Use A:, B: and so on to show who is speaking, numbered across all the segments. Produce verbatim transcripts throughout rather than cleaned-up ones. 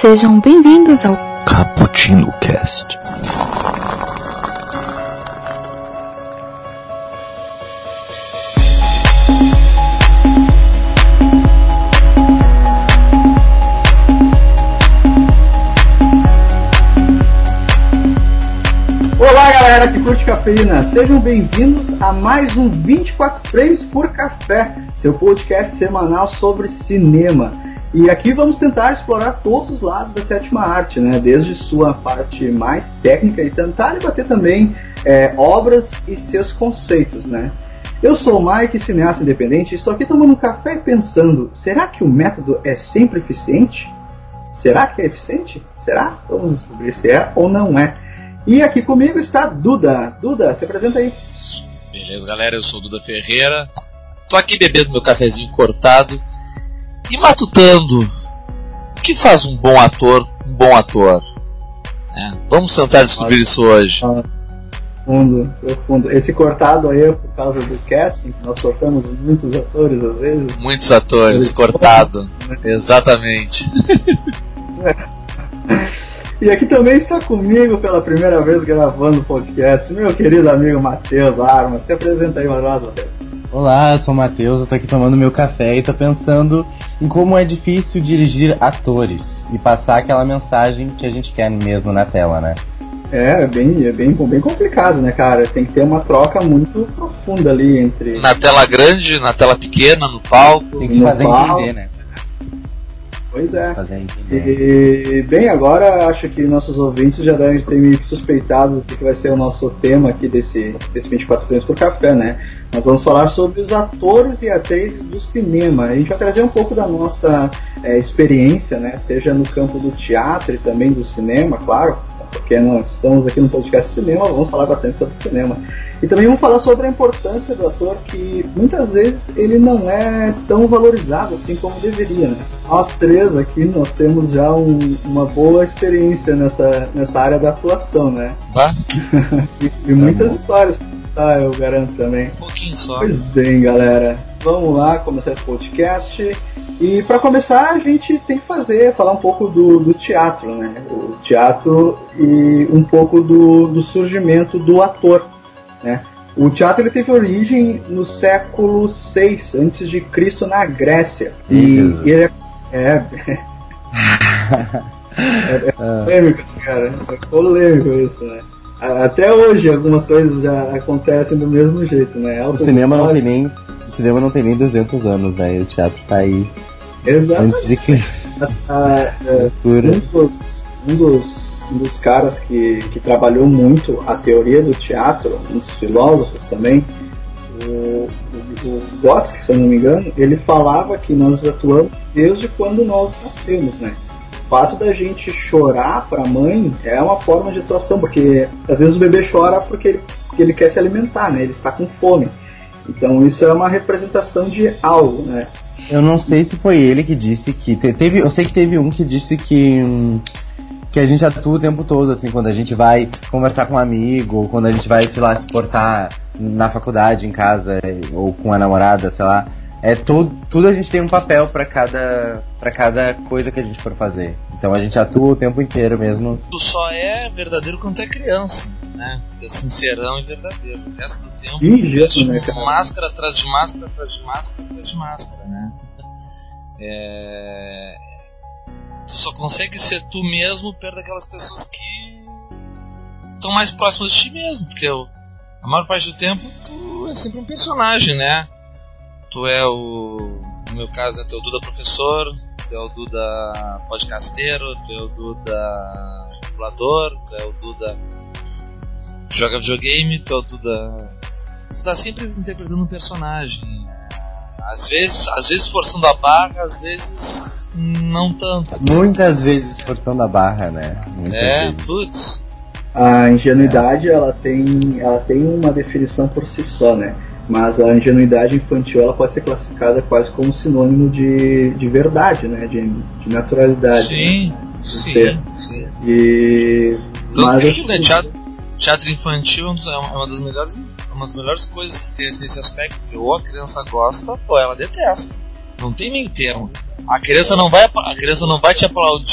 A: Sejam bem-vindos ao
B: Cappuccino Cast.
C: Olá galera que curte cafeína, sejam bem-vindos a mais um vinte e quatro frames por café, seu podcast semanal sobre cinema. E aqui vamos tentar explorar todos os lados da sétima arte, né? Desde sua parte mais técnica e tentar debater também é, obras e seus conceitos, né? Eu sou o Mike, cineasta independente, e estou aqui tomando um café e pensando, será que o método é sempre eficiente? Será que é eficiente? Será? Vamos descobrir se é ou não é. E aqui comigo está Duda. Duda, se apresenta aí.
D: Beleza, galera, eu sou o Duda Ferreira. Tô aqui bebendo meu cafezinho cortado e matutando. O que faz um bom ator um bom ator? É, vamos tentar descobrir isso hoje.
C: Profundo, profundo. Esse cortado aí é por causa do casting, que nós cortamos muitos atores às vezes.
D: Muitos atores, cortado. Exatamente.
C: E aqui também está comigo pela primeira vez gravando o podcast, meu querido amigo Matheus Armas. Se apresenta aí, Matheus.
E: Olá, eu sou o Matheus, eu tô aqui tomando meu café e tô pensando em como é difícil dirigir atores e passar aquela mensagem que a gente quer mesmo na tela, né?
C: É, é bem, é bem, bem complicado, né, cara? Tem que ter uma troca muito profunda ali entre...
D: Na tela grande, na tela pequena, no palco.
E: Tem que se fazer entender, né?
C: Pois é. E, bem, agora acho que nossos ouvintes já devem ter meio que suspeitados do que vai ser o nosso tema aqui desse, desse vinte e quatro frames por café, né? Nós vamos falar sobre os atores e atrizes do cinema. A gente vai trazer um pouco da nossa é, experiência, né? Seja no campo do teatro e também do cinema, claro, porque nós estamos aqui no podcast de cinema, vamos falar bastante sobre cinema. E também vamos falar sobre a importância do ator, que muitas vezes ele não é tão valorizado assim como deveria, né? Nós três aqui, nós temos já um, uma boa experiência nessa, nessa área da atuação, né?
D: Tá?
C: e, e muitas tá histórias, tá, eu garanto também.
D: Um pouquinho só.
C: Pois bem, galera, vamos lá começar esse podcast. E para começar a gente tem que fazer, falar um pouco do, do teatro, né? O teatro e um pouco do, do surgimento do ator, né? O teatro ele teve origem no século seis antes de Cristo na Grécia. E, e ele é, é, é, é polêmico, cara. É polêmico isso, né? Até hoje algumas coisas já acontecem do mesmo jeito, né?
E: O cinema não tem nem, o cinema não tem nem duzentos anos, né? O teatro tá aí.
C: Exatamente.
E: Antes de que...
C: ah, é, um, dos, um, dos, um dos caras que, que trabalhou muito a teoria do teatro, um dos filósofos também, o, o, o Gotsky, se eu não me engano, ele falava que nós atuamos desde quando nós nascemos, né? O fato da gente chorar para a mãe é uma forma de atuação, porque às vezes o bebê chora porque ele, porque ele quer se alimentar, né? Ele está com fome. Então isso é uma representação de algo, né?
E: Eu não sei se foi ele que disse que... Teve, eu sei que teve um que disse que... Que a gente atua o tempo todo, assim, quando a gente vai conversar com um amigo, ou quando a gente vai, sei lá, se portar na faculdade, em casa, ou com a namorada, sei lá. É tudo, tudo a gente tem um papel pra cada, pra cada coisa que a gente for fazer. Então a gente atua o tempo inteiro mesmo.
D: Tu só é verdadeiro quando é criança, né? Tu é sincerão e verdadeiro. O resto do tempo
C: Ingênuo, né,
D: cara? Máscara atrás de máscara, atrás de máscara, atrás de máscara, né? É... Tu só consegue ser tu mesmo perto daquelas pessoas que estão mais próximas de ti mesmo, porque eu, a maior parte do tempo tu é sempre um personagem, né? Tu é o... No meu caso, é tu é o Duda professor, tu é o Duda podcasteiro, tu é o Duda dublador, tu é o Duda que joga videogame, tu é o Duda... Tu tá sempre interpretando um personagem. Às vezes, às vezes forçando a barra, às vezes não tanto.
E: Muitas vezes forçando a barra, né? Muitas
D: é,
E: vezes.
C: Putz. A ingenuidade, ela tem, ela tem uma definição por si só, né? Mas a ingenuidade infantil, ela pode ser classificada quase como sinônimo de, de verdade, né? De, de naturalidade.
D: Sim,
C: né?
D: sim,
C: ser.
D: sim.
C: E...
D: Tanto
C: mas,
D: que
C: assim,
D: né, teatro, teatro infantil é uma das melhores, uma das melhores coisas que tem nesse aspecto. Ou a criança gosta, ou ela detesta. Não tem meio termo. A criança não vai, a criança não vai te aplaudir porque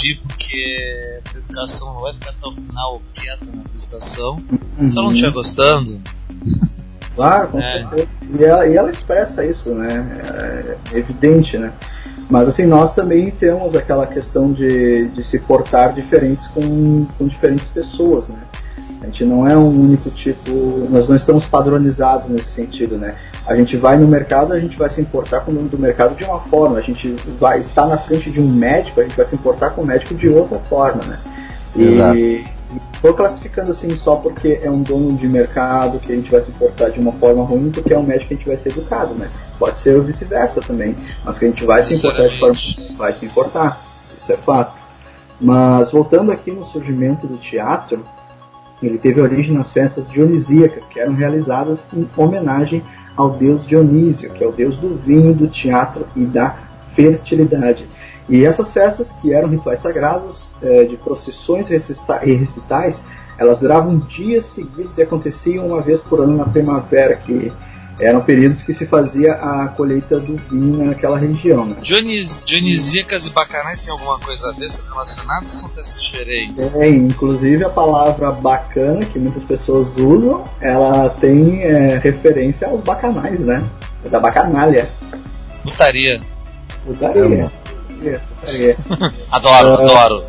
D: porque a educação não vai ficar até o final quieta na apresentação. Uhum. Se ela não estiver gostando.
C: Claro, com é. certeza. E ela, e ela expressa isso, né? É evidente, né? Mas assim, nós também temos aquela questão de, de se portar diferentes com, com diferentes pessoas, né? A gente não é um único tipo, nós não estamos padronizados nesse sentido, né? A gente vai no mercado, a gente vai se importar com o dono do mercado de uma forma, a gente vai estar na frente de um médico, a gente vai se importar com o médico de outra forma, né? E estou classificando assim só porque é um dono de mercado que a gente vai se importar de uma forma ruim, porque é um médico que a gente vai ser educado, né? Pode ser o vice-versa também, mas que a gente vai se importar de forma vai se importar, isso é fato. Mas voltando aqui no surgimento do teatro, ele teve origem nas festas dionisíacas, que eram realizadas em homenagem ao deus Dionísio, que é o deus do vinho, do teatro e da fertilidade. E essas festas, que eram rituais sagrados, é, de procissões e recitais, elas duravam dias seguidos e aconteciam uma vez por ano na primavera, que eram períodos que se fazia a colheita do vinho naquela região, né?
D: Dionis, Dionisíacas e bacanais tem alguma coisa a ver, são relacionados ou são festas diferentes?
C: É, inclusive a palavra bacana, que muitas pessoas usam, ela tem é, referência aos bacanais, né? Da bacanalha.
D: Putaria.
C: Putaria. Putaria. Putaria.
D: Adoro, uh... adoro.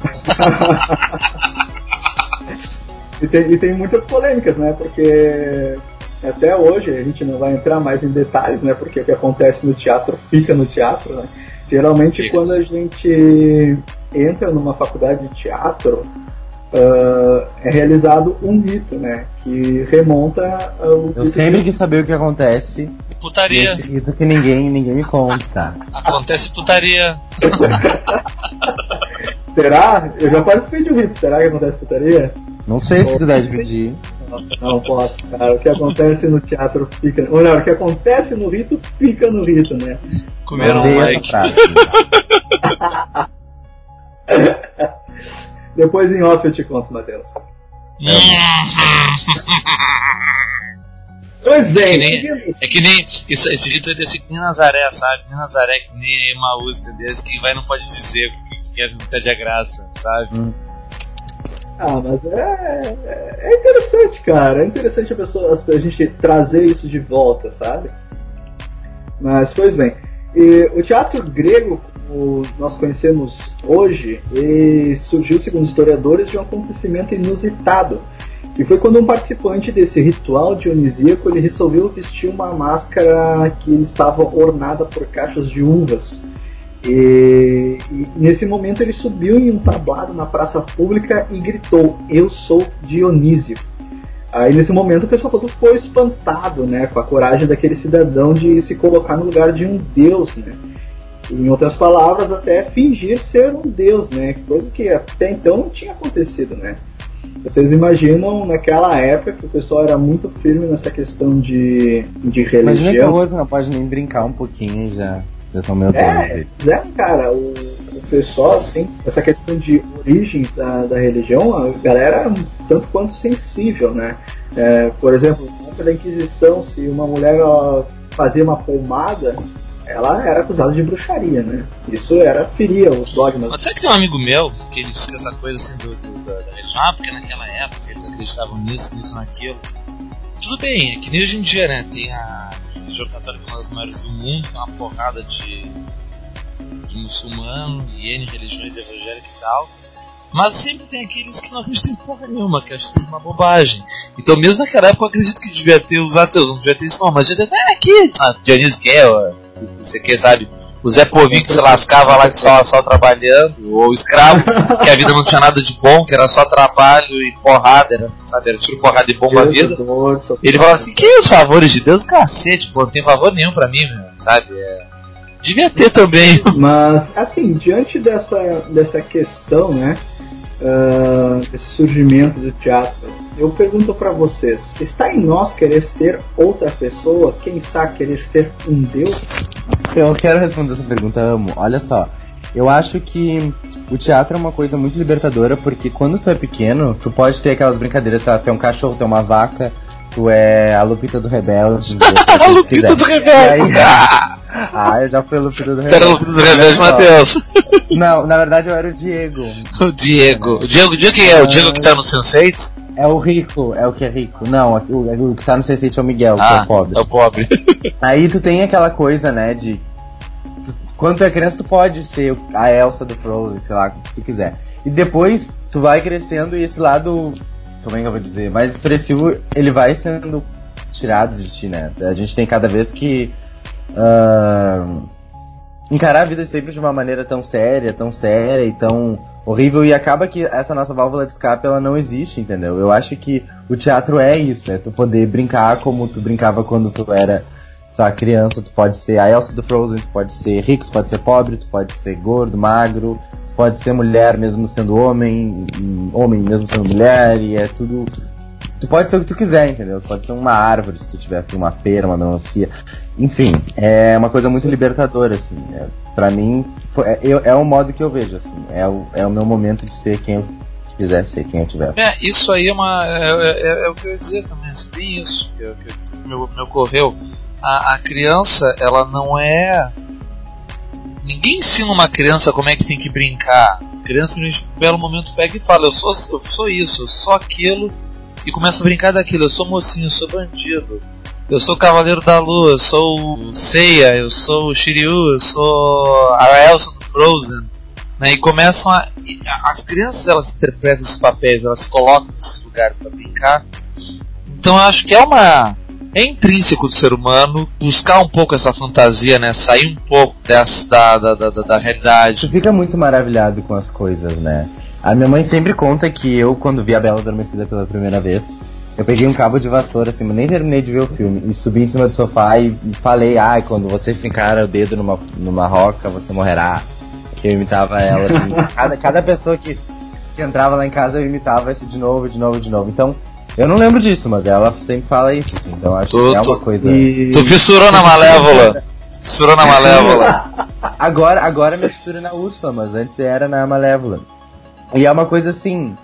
C: e, tem, e tem muitas polêmicas, né? Porque até hoje, a gente não vai entrar mais em detalhes, né? Porque o que acontece no teatro fica no teatro, né? Geralmente, fica. Quando a gente entra numa faculdade de teatro, uh, é realizado um rito, né? Que remonta ao...
E: Eu sempre que... quis saber o que acontece.
D: Putaria.
E: Esse rito que ninguém, ninguém me conta.
D: Acontece putaria.
C: Será? Eu já participei de um rito. Será que acontece putaria?
E: Não sei se quiser dividir.
C: Não posso, cara. O que acontece no teatro fica... Ou não, o que acontece no rito fica no rito, né?
D: Comeram um like.
C: Depois em off eu te conto, Matheus. Pois bem.
D: É que nem, é que nem isso, esse rito é desse que nem Nazaré, sabe? Nem Nazaré, que nem Emaús, entendeu? Esse que vai não pode dizer o que quer pede a graça, sabe? Hum.
C: Ah, mas é, é interessante, cara. É interessante a, pessoa, a gente trazer isso de volta, sabe? Mas, pois bem. E o teatro grego, como nós conhecemos hoje, ele surgiu, segundo historiadores, de um acontecimento inusitado, que foi quando um participante desse ritual dionisíaco ele resolveu vestir uma máscara que estava ornada por cachos de uvas. E, e nesse momento ele subiu em um tablado na praça pública e gritou: "Eu sou Dionísio". Aí nesse momento o pessoal todo ficou espantado, né, com a coragem daquele cidadão de se colocar no lugar de um deus, né? Em outras palavras, até fingir ser um deus, né? Coisa que até então não tinha acontecido, né? Vocês imaginam naquela época que o pessoal era muito firme nessa questão de, de religião.
E: Imagina que o outro não pode nem brincar um pouquinho já. Já estão meio
C: é, é, cara, o, o pessoal, assim, essa questão de origens da, da religião, a galera era tanto quanto sensível, né? É, por exemplo, na Inquisição, se uma mulher ó, fazia uma pomada, ela era acusada de bruxaria, né? Isso era feria os dogmas.
D: Mas sabe que tem um amigo meu que ele diz que essa coisa assim do, do, da, da religião, ah, porque naquela época eles acreditavam nisso, nisso, naquilo. Tudo bem, é que nem hoje em dia, né? Tem a religião católica, uma das maiores do mundo, tem uma porrada de, de muçulmano e N religiões evangélicas e tal. Mas sempre tem aqueles que não acreditam em porra nenhuma, que acham tudo uma bobagem. Então, mesmo naquela época, eu acredito que devia ter os ateus, não devia ter isso, não, mas devia ter, ah, aqui, ah, Dionísio que é, você quer, sabe? O Zé Povinho que se lascava lá que só, só trabalhando, ou o escravo, que a vida não tinha nada de bom, que era só trabalho e porrada, era, sabe? Era tiro, porrada e bomba a vida. Ele falava assim: que os favores de Deus, cacete, pô, não tem favor nenhum pra mim, meu, sabe? É... Devia ter também.
C: Mas, assim, diante dessa, dessa questão, né? Uh, esse surgimento do teatro, eu pergunto pra vocês: está em nós querer ser outra pessoa? Quem sabe querer ser um Deus?
E: Eu quero responder essa pergunta, amo. Olha só, eu acho que o teatro é uma coisa muito libertadora, porque quando tu é pequeno, tu pode ter aquelas brincadeiras, sabe? Tu é um cachorro, tu é uma vaca, tu é a Lupita do Rebelde.
D: A Lupita do Rebelde!
E: Ah, eu já fui o Lupita do
D: Revés. Você era o Lupita do Revés, Matheus?
E: Não, na verdade eu era o Diego.
D: O Diego. O Diego, o Diego quem é? O Diego que tá no sense eight?
E: É o rico, é o que é rico. Não, o, o que tá no sense eight é o Miguel,
D: ah,
E: que é o pobre.
D: É o pobre.
E: Aí tu tem aquela coisa, né, de... Tu, quando tu é criança, tu pode ser a Elsa do Frozen, sei lá, o que tu quiser. E depois, tu vai crescendo e esse lado, como é que eu vou dizer, mais expressivo, ele vai sendo tirado de ti, né? A gente tem cada vez que... Uh, encarar a vida sempre de uma maneira tão séria, tão séria e tão horrível, e acaba que essa nossa válvula de escape, ela não existe, entendeu? Eu acho que o teatro é isso, é tu poder brincar como tu brincava quando tu era, sabe, criança. Tu pode ser a Elsa do Frozen, tu pode ser rico, tu pode ser pobre, tu pode ser gordo, magro, tu pode ser mulher mesmo sendo homem, homem mesmo sendo mulher, e é tudo... Tu pode ser o que tu quiser, entendeu? Tu pode ser uma árvore, se tu tiver uma pera, uma melancia. Enfim, é uma coisa muito libertadora, assim. É, pra mim, foi, é, é o modo que eu vejo, assim. É o, é o meu momento de ser quem eu quiser ser, quem eu tiver.
D: É, isso aí é uma... É, é, é o que eu ia dizer também, é bem isso que, que, que me, me ocorreu. A, a criança, ela não é... Ninguém ensina uma criança como é que tem que brincar. A criança, em um belo momento, pega e fala, eu sou, eu sou isso, eu sou aquilo... E começa a brincar daquilo, eu sou mocinho, eu sou bandido, eu sou Cavaleiro da Lua, eu sou o Seiya, eu sou o Shiryu, eu sou a Elsa do Frozen, né? E começam a... As crianças, elas interpretam esses papéis, elas se colocam nesses lugares para brincar. Então eu acho que é uma... É intrínseco do ser humano buscar um pouco essa fantasia, né? Sair um pouco dessa, da, da, da, da realidade.
E: Tu fica muito maravilhado com as coisas, né? A minha mãe sempre conta que eu, quando vi a Bela Adormecida pela primeira vez, eu peguei um cabo de vassoura, assim, mas nem terminei de ver o filme, e subi em cima do sofá e falei, ah, quando você fincar o dedo numa, numa roca, você morrerá. Eu imitava ela, assim, cada, cada pessoa que, que entrava lá em casa, eu imitava esse de novo, de novo, de novo. Então, eu não lembro disso, mas ela sempre fala isso, assim, então acho tu, que é uma
D: tu,
E: coisa...
D: E... Tu fissurou na Malévola! Fissurou na Malévola!
E: Agora, agora me fissura na Úrsula, mas antes era na Malévola. E é uma coisa assim,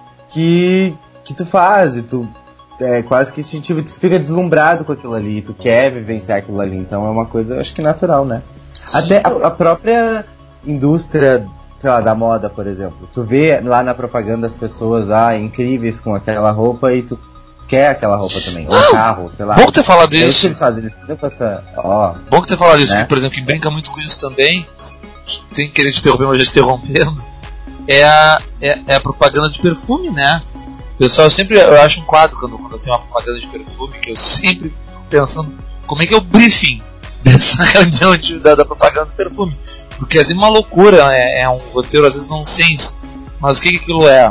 E: que, que tu faz, e tu é quase que instintivo, tu fica deslumbrado com aquilo ali, tu quer vivenciar aquilo ali, então é uma coisa, acho que natural, né? Sim. Até a, a própria indústria, sei lá, da moda, por exemplo, tu vê lá na propaganda as pessoas, ah, incríveis com aquela roupa, e tu quer aquela roupa também, ou um carro, sei lá.
D: Bom ter falado
E: é
D: isso.
E: que eles fazem, eles ficam com essa... Ó,
D: bom ter falado isso,
E: né?
D: Porque, por exemplo, quem brinca muito com isso também, sem querer te interromper, mas já te interrompendo, É a, é, é a propaganda de perfume, né? Pessoal, eu sempre eu acho um quadro quando, quando eu tenho uma propaganda de perfume, que eu sempre fico pensando como é que é o briefing dessa reunião de, da, da propaganda de perfume. Porque às vezes é uma loucura, é, é um roteiro às vezes nonsense. Mas o que, que aquilo é?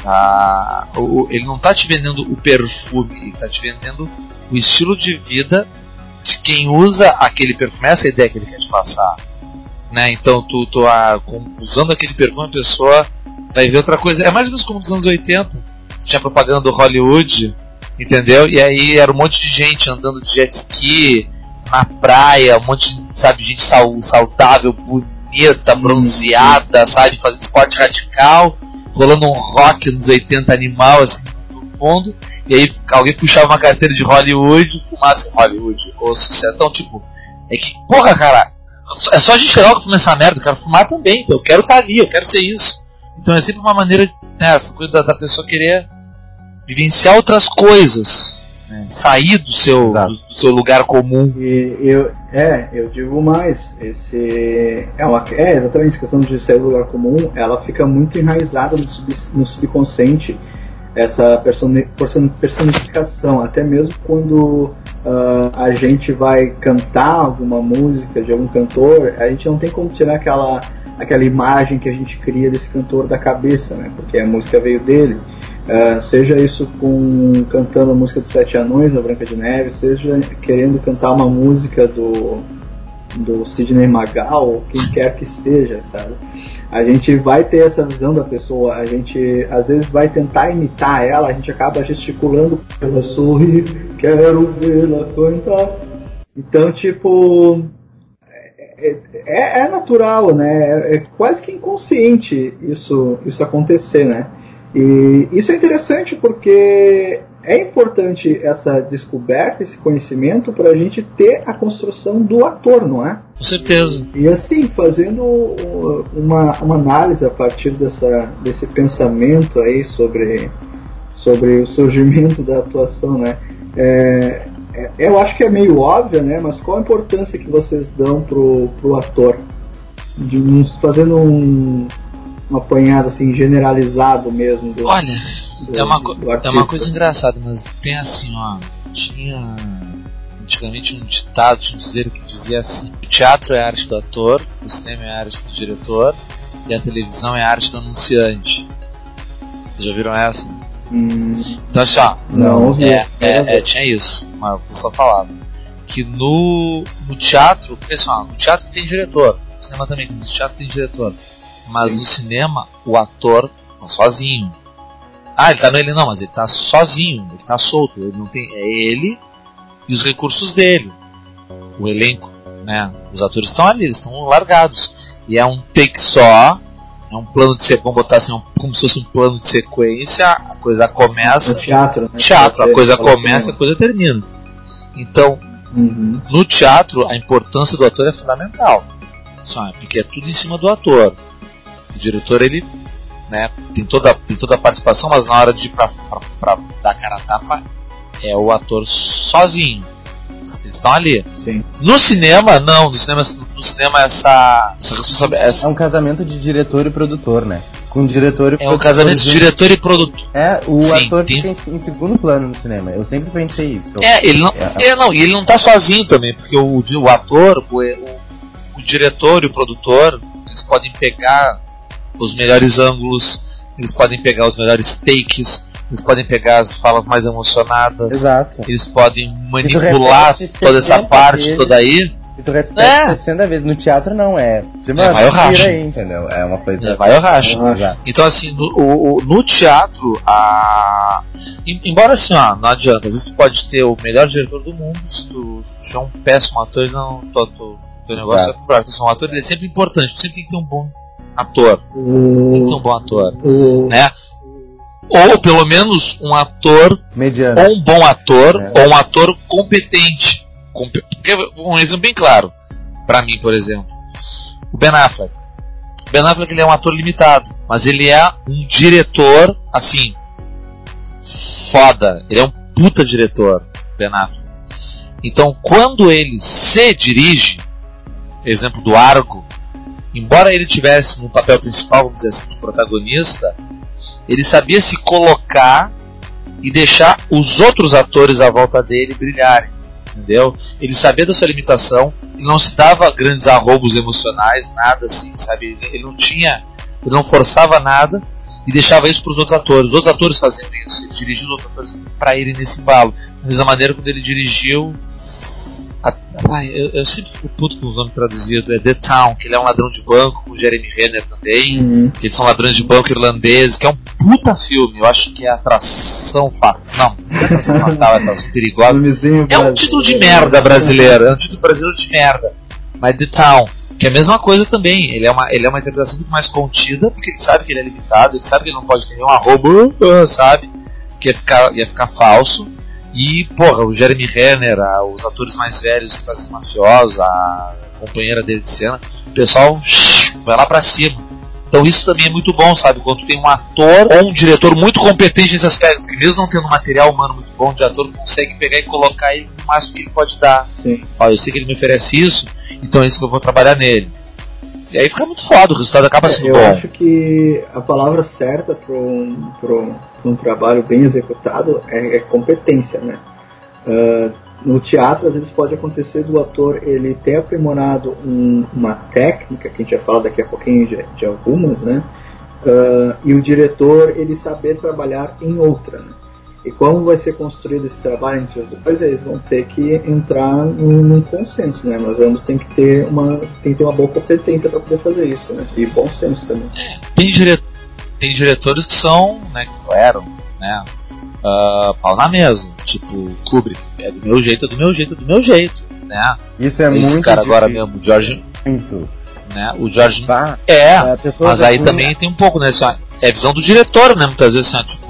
D: Ah, o, ele não está te vendendo o perfume, ele está te vendendo o estilo de vida de quem usa aquele perfume. Essa é a ideia que ele quer te passar. Né? Então, tu, tu ah, com, usando aquele perfume, a pessoa vai ver outra coisa. É mais ou menos como nos anos oitenta. Tinha propaganda do Hollywood, entendeu? E aí era um monte de gente andando de jet ski na praia, um monte de, sabe, gente saudável, bonita, bronzeada, sabe, fazendo esporte radical, rolando um rock nos oitenta animal, assim, no fundo. E aí alguém puxava uma carteira de Hollywood e fumasse em Hollywood. Ou sucesso. Então, tipo, é que, porra, cara, é só a gente chegar e fumar essa merda, eu quero fumar também, então eu quero estar ali, eu quero ser isso. Então é sempre uma maneira, né, essa coisa da, da pessoa querer vivenciar outras coisas, né, sair do seu, do, do seu lugar comum.
C: E eu, é, eu digo mais, esse é, uma, é exatamente essa questão de sair do lugar comum, ela fica muito enraizada no, sub, no subconsciente, essa personificação, até mesmo quando uh, a gente vai cantar alguma música de algum cantor, a gente não tem como tirar aquela, aquela imagem que a gente cria desse cantor da cabeça, né? Porque a música veio dele. Uh, seja isso com cantando a música dos Sete Anões, da Branca de Neve, seja querendo cantar uma música do, do Sidney Magal, ou quem quer que seja, sabe? A gente vai ter essa visão da pessoa, a gente às vezes vai tentar imitar ela, a gente acaba gesticulando, ela sorri, quero vê-la cantar. Então, tipo, é, é, é natural, né? É, é quase que inconsciente isso, isso acontecer, né? E isso é interessante porque é importante essa descoberta, esse conhecimento, para a gente ter a construção do ator, não é?
D: Com certeza.
C: E assim, fazendo uma, uma análise a partir dessa, desse pensamento aí sobre, sobre o surgimento da atuação, né? É, é, eu acho que é meio óbvio, né? Mas qual a importância que vocês dão pro, pro ator? De um, fazendo um, um apanhado assim, generalizado mesmo. Do,
D: Olha...
C: Do,
D: é, uma co- é uma coisa engraçada, mas tem assim, ó. Tinha antigamente um ditado, tinha um dizer que dizia assim: o teatro é a arte do ator, o cinema é a arte do diretor e a televisão é a arte do anunciante. Vocês já viram essa?
C: Hum,
D: então assim, ó.
C: Não,
D: é, é, é, tinha isso, mas o pessoal falava que no, no teatro, pessoal, no teatro tem diretor, no cinema também tem, no teatro tem diretor, mas no cinema o ator tá sozinho. Ah, ele tá no ele não, mas ele tá sozinho, ele tá solto, ele não tem, é ele e os recursos dele, o elenco, né? Os atores estão ali, eles estão largados e é um take só, é um plano de sequência, vamos botar assim, um, como se fosse um plano de sequência, a coisa começa,
C: é teatro, né?
D: teatro, a coisa começa, a coisa termina. Então,
C: uhum.
D: no teatro a importância do ator é fundamental, sabe? Porque é tudo em cima do ator. O diretor ele né, tem, toda, tem toda a participação, mas na hora de ir pra, pra, pra dar cara a tapa é o ator sozinho. Eles estão ali.
C: Sim.
D: No cinema, não. No cinema, no cinema essa, essa responsabilidade.
E: É um casamento de diretor e produtor, né? Com diretor e
D: É
E: produtor.
D: um casamento de diretor e produtor.
E: É, o
D: Sim,
E: ator
D: tem...
E: fica em, em segundo plano no cinema. Eu sempre pensei isso.
D: É, ele não,
E: é,
D: é, não, e ele não tá sozinho também, porque o, o ator, o, o, o diretor e o produtor, eles podem pegar os melhores ângulos, eles podem pegar os melhores takes, eles podem pegar as falas mais emocionadas.
E: Exato.
D: Eles podem manipular toda essa parte
E: vezes,
D: toda aí.
E: E tu repete
D: é.
E: sessenta vezes. No teatro não é. Você
D: é vai ou racha.
E: Aí, entendeu? É uma coisa.
D: É vai ou racha.
E: É.
D: Então assim, no, o, no teatro, a... embora assim, ó, não adianta. Às vezes tu pode ter o melhor diretor do mundo, se tu é um péssimo ator, ele não. Tu, tu, teu negócio é pro um ator, ele é sempre importante, sempre tem que ter um bom ator.
C: Uh,
D: tem que ter um bom ator.
C: Uh,
D: né? Ou pelo menos um ator
E: mediano.
D: Ou um bom ator,
E: é.
D: ou um ator competente. Compe- um exemplo bem claro, pra mim, por exemplo, o Ben Affleck. O Ben Affleck ele é um ator limitado, mas ele é um diretor, assim, foda. Ele é um puta diretor, Ben Affleck. Então, quando ele se dirige, exemplo do Argo, embora ele tivesse no papel principal, vamos dizer assim, de protagonista, ele sabia se colocar e deixar os outros atores à volta dele brilharem, entendeu? Ele sabia da sua limitação, ele não se dava grandes arroubos emocionais, nada assim, sabe? Ele não tinha, ele não forçava nada e deixava isso para os outros atores. Os outros atores faziam isso, ele dirigia os outros atores para irem nesse embalo. Da mesma maneira, quando ele dirigiu a, ai, eu, eu sempre fico puto com os nomes traduzidos. É The Town, que ele é um ladrão de banco, com o Jeremy Renner também,
C: uhum.
D: que eles são ladrões de banco irlandeses, que é um puta filme. Eu acho que é atração fatal. Não, não é atração fatal, é atração perigosa. É um título de merda brasileiro, é um título brasileiro de merda. Mas The Town, que é a mesma coisa também. Ele é uma, ele é uma interpretação muito mais contida, porque ele sabe que ele é limitado, ele sabe que ele não pode ter nenhum arrobo, sabe? Que ia ficar, ia ficar falso. E, porra, o Jeremy Renner, a, os atores mais velhos que fazem os mafiosos, a companheira dele de cena, o pessoal shh, vai lá pra cima. Então isso também é muito bom, sabe? Quando tem um ator ou um diretor muito competente nesse aspecto, que mesmo não tendo um material humano muito bom de ator, consegue pegar e colocar ele no máximo que ele pode dar.
C: Sim.
D: Ó, eu sei que ele me oferece isso, então é isso que eu vou trabalhar nele. E aí fica muito foda, o resultado acaba sendo
C: eu
D: bom.
C: Eu acho que a palavra certa para um, um, um trabalho bem executado é, é competência, né? Uh, no teatro, às vezes pode acontecer do ator ele ter aprimorado um, uma técnica, que a gente vai falar daqui a pouquinho de, de algumas, né? Uh, e o diretor ele saber trabalhar em outra, né? E como vai ser construído esse trabalho entre os dois, eles vão ter que entrar num, num consenso, né? Mas ambos têm que ter uma, tem que ter uma boa competência para poder fazer isso, né? E bom senso também.
D: É, tem, dire... tem diretores que são, né, que eram, né, uh, pau na mesa, tipo Kubrick, é do meu jeito, é do meu jeito, é do meu jeito, né?
E: Isso é
D: Esse
E: muito
D: cara
E: difícil.
D: agora mesmo, o George,
E: muito.
D: né? O George
E: Bah,
D: é,
E: a pessoa
D: mas aí
E: assim,
D: também tem um pouco, né? Assim, ó, é a visão do diretor, né? Muitas vezes, assim, ó, tipo,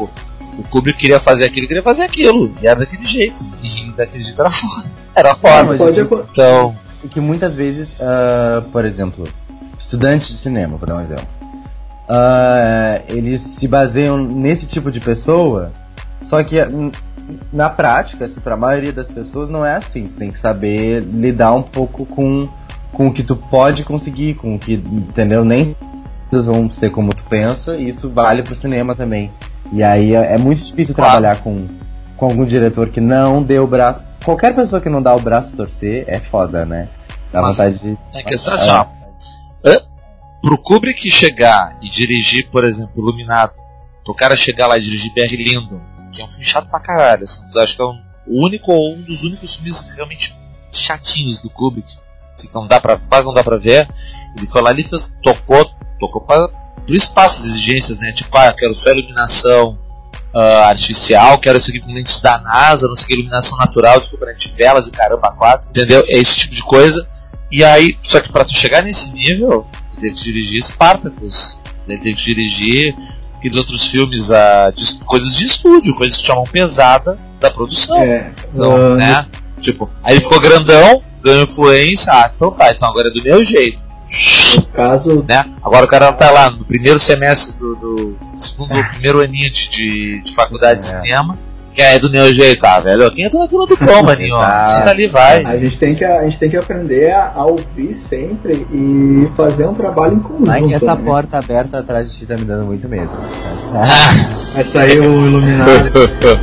D: O Kubrick queria fazer aquilo, queria fazer aquilo. E era daquele jeito. E daquele jeito era foda. Era forma. Então...
E: E que muitas vezes, uh, por exemplo, estudantes de cinema, vou dar um exemplo. Uh, eles se baseiam nesse tipo de pessoa, só que na prática, assim, para a maioria das pessoas não é assim. Você tem que saber lidar um pouco com, com o que tu pode conseguir, com o que, entendeu? Nem vão ser como tu pensa, e isso vale pro cinema também. E aí é, é muito difícil claro. trabalhar com, com algum diretor que não dê o braço. Qualquer pessoa que não dá o braço a torcer é foda, né? Dá
D: Mas
E: vontade de...
D: É questão assim, ó. Pro Kubrick chegar e dirigir, por exemplo, Iluminado, pro cara chegar lá e dirigir Barry Lyndon, que é um filme chato pra caralho, assim, acho que é um, o único ou um dos únicos filmes realmente chatinhos do Kubrick, assim, que não dá pra, quase não dá pra ver. Ele foi lá e fez, tocou, tocou pra, por espaço, as exigências, né? Tipo, ah, eu quero só iluminação uh, artificial, quero isso aqui com lentes da NASA, não sei o que, iluminação natural, tipo, para velas e caramba, quatro, entendeu? É esse tipo de coisa. E aí, só que pra tu chegar nesse nível, ele teve que dirigir Spartacus, ele teve que dirigir aqueles outros filmes, uh, de, coisas de estúdio, coisas que chamam pesada da produção. É, então, uh... né? Tipo, aí ele ficou grandão, ganhou influência, ah, então tá, então agora é do meu jeito.
C: No caso...
D: Né? Agora o cara tá lá no primeiro semestre do, do segundo ou primeiro aninho de, de, de faculdade é. de cinema, que é do meu jeito, ah, velho, quem é na fila do pão, maninho, ó, senta ali, vai.
C: A gente tem que, a gente tem que aprender a, a ouvir sempre e fazer um trabalho em conjunto.
E: Mas que essa
C: né?
E: porta aberta atrás de ti tá me dando muito medo.
C: Vai sair o Iluminado.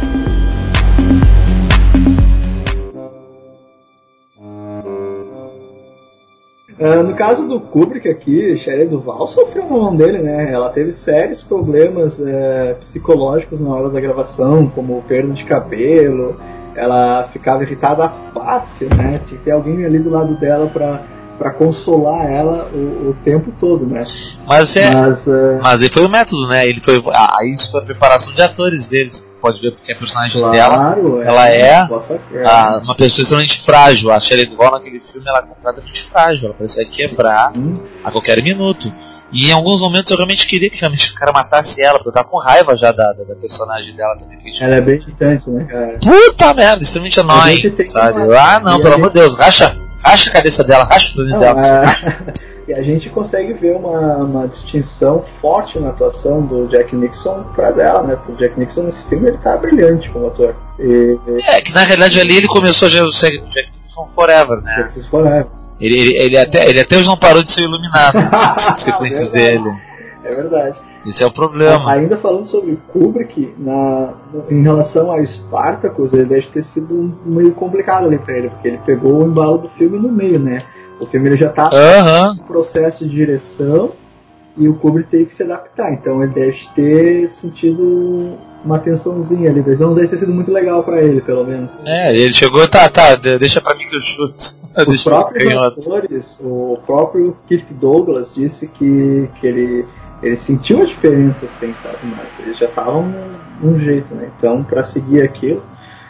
C: Uh, no caso do Kubrick aqui, Shelley Duvall sofreu na mão dele, né? Ela teve sérios problemas uh, psicológicos na hora da gravação, como perda de cabelo, ela ficava irritada fácil, né? Tinha que ter alguém ali do lado dela pra, pra consolar ela o, o tempo todo, né?
D: Mas é. Mas, uh... mas ele foi o método, né? Ele foi, ah, isso foi a preparação de atores deles. Pode ver porque a personagem
C: claro,
D: dela
C: é,
D: ela é
C: a,
D: uma pessoa extremamente frágil. A Shelley Duvall naquele filme ela é completamente frágil, ela parecia quebrar uhum. a qualquer minuto. E em alguns momentos eu realmente queria que realmente o cara matasse ela, porque eu tava com raiva já da, da, da personagem dela também.
C: Ela é bem irritante, né, cara?
D: Puta merda, extremamente annoying, sabe? Uma... Ah não, e pelo amor de Deus, racha, racha a cabeça dela, racha o crânio dela.
C: A... E a gente consegue ver uma, uma distinção forte na atuação do Jack Nixon pra dela, né? Porque o Jack Nixon nesse filme ele tá brilhante como ator. E, e...
D: É, que na realidade ali ele começou já o Jack Nixon Forever, né?
C: Jack Nixon Forever.
D: Ele, ele, ele, até, ele até hoje não parou de ser iluminado nas sequências é dele.
C: É verdade.
D: Esse é o problema.
C: Ainda falando sobre Kubrick, na, em relação a Spartacus, ele deve ter sido meio complicado ali pra ele, porque ele pegou o embalo do filme no meio, né? O filme ele já está
D: uhum.
C: em processo de direção e o Kubrick teve que se adaptar. Então ele deve ter sentido uma tensãozinha ali. Não deve ter sido muito legal para ele, pelo menos.
D: É, ele chegou, tá, tá, deixa para mim que eu chuto.
C: Os próprios atores, o próprio Kirk Douglas disse que, que ele, ele sentiu a diferença, assim, sabe? Mas eles já estavam num jeito, né? Então, para seguir aquilo.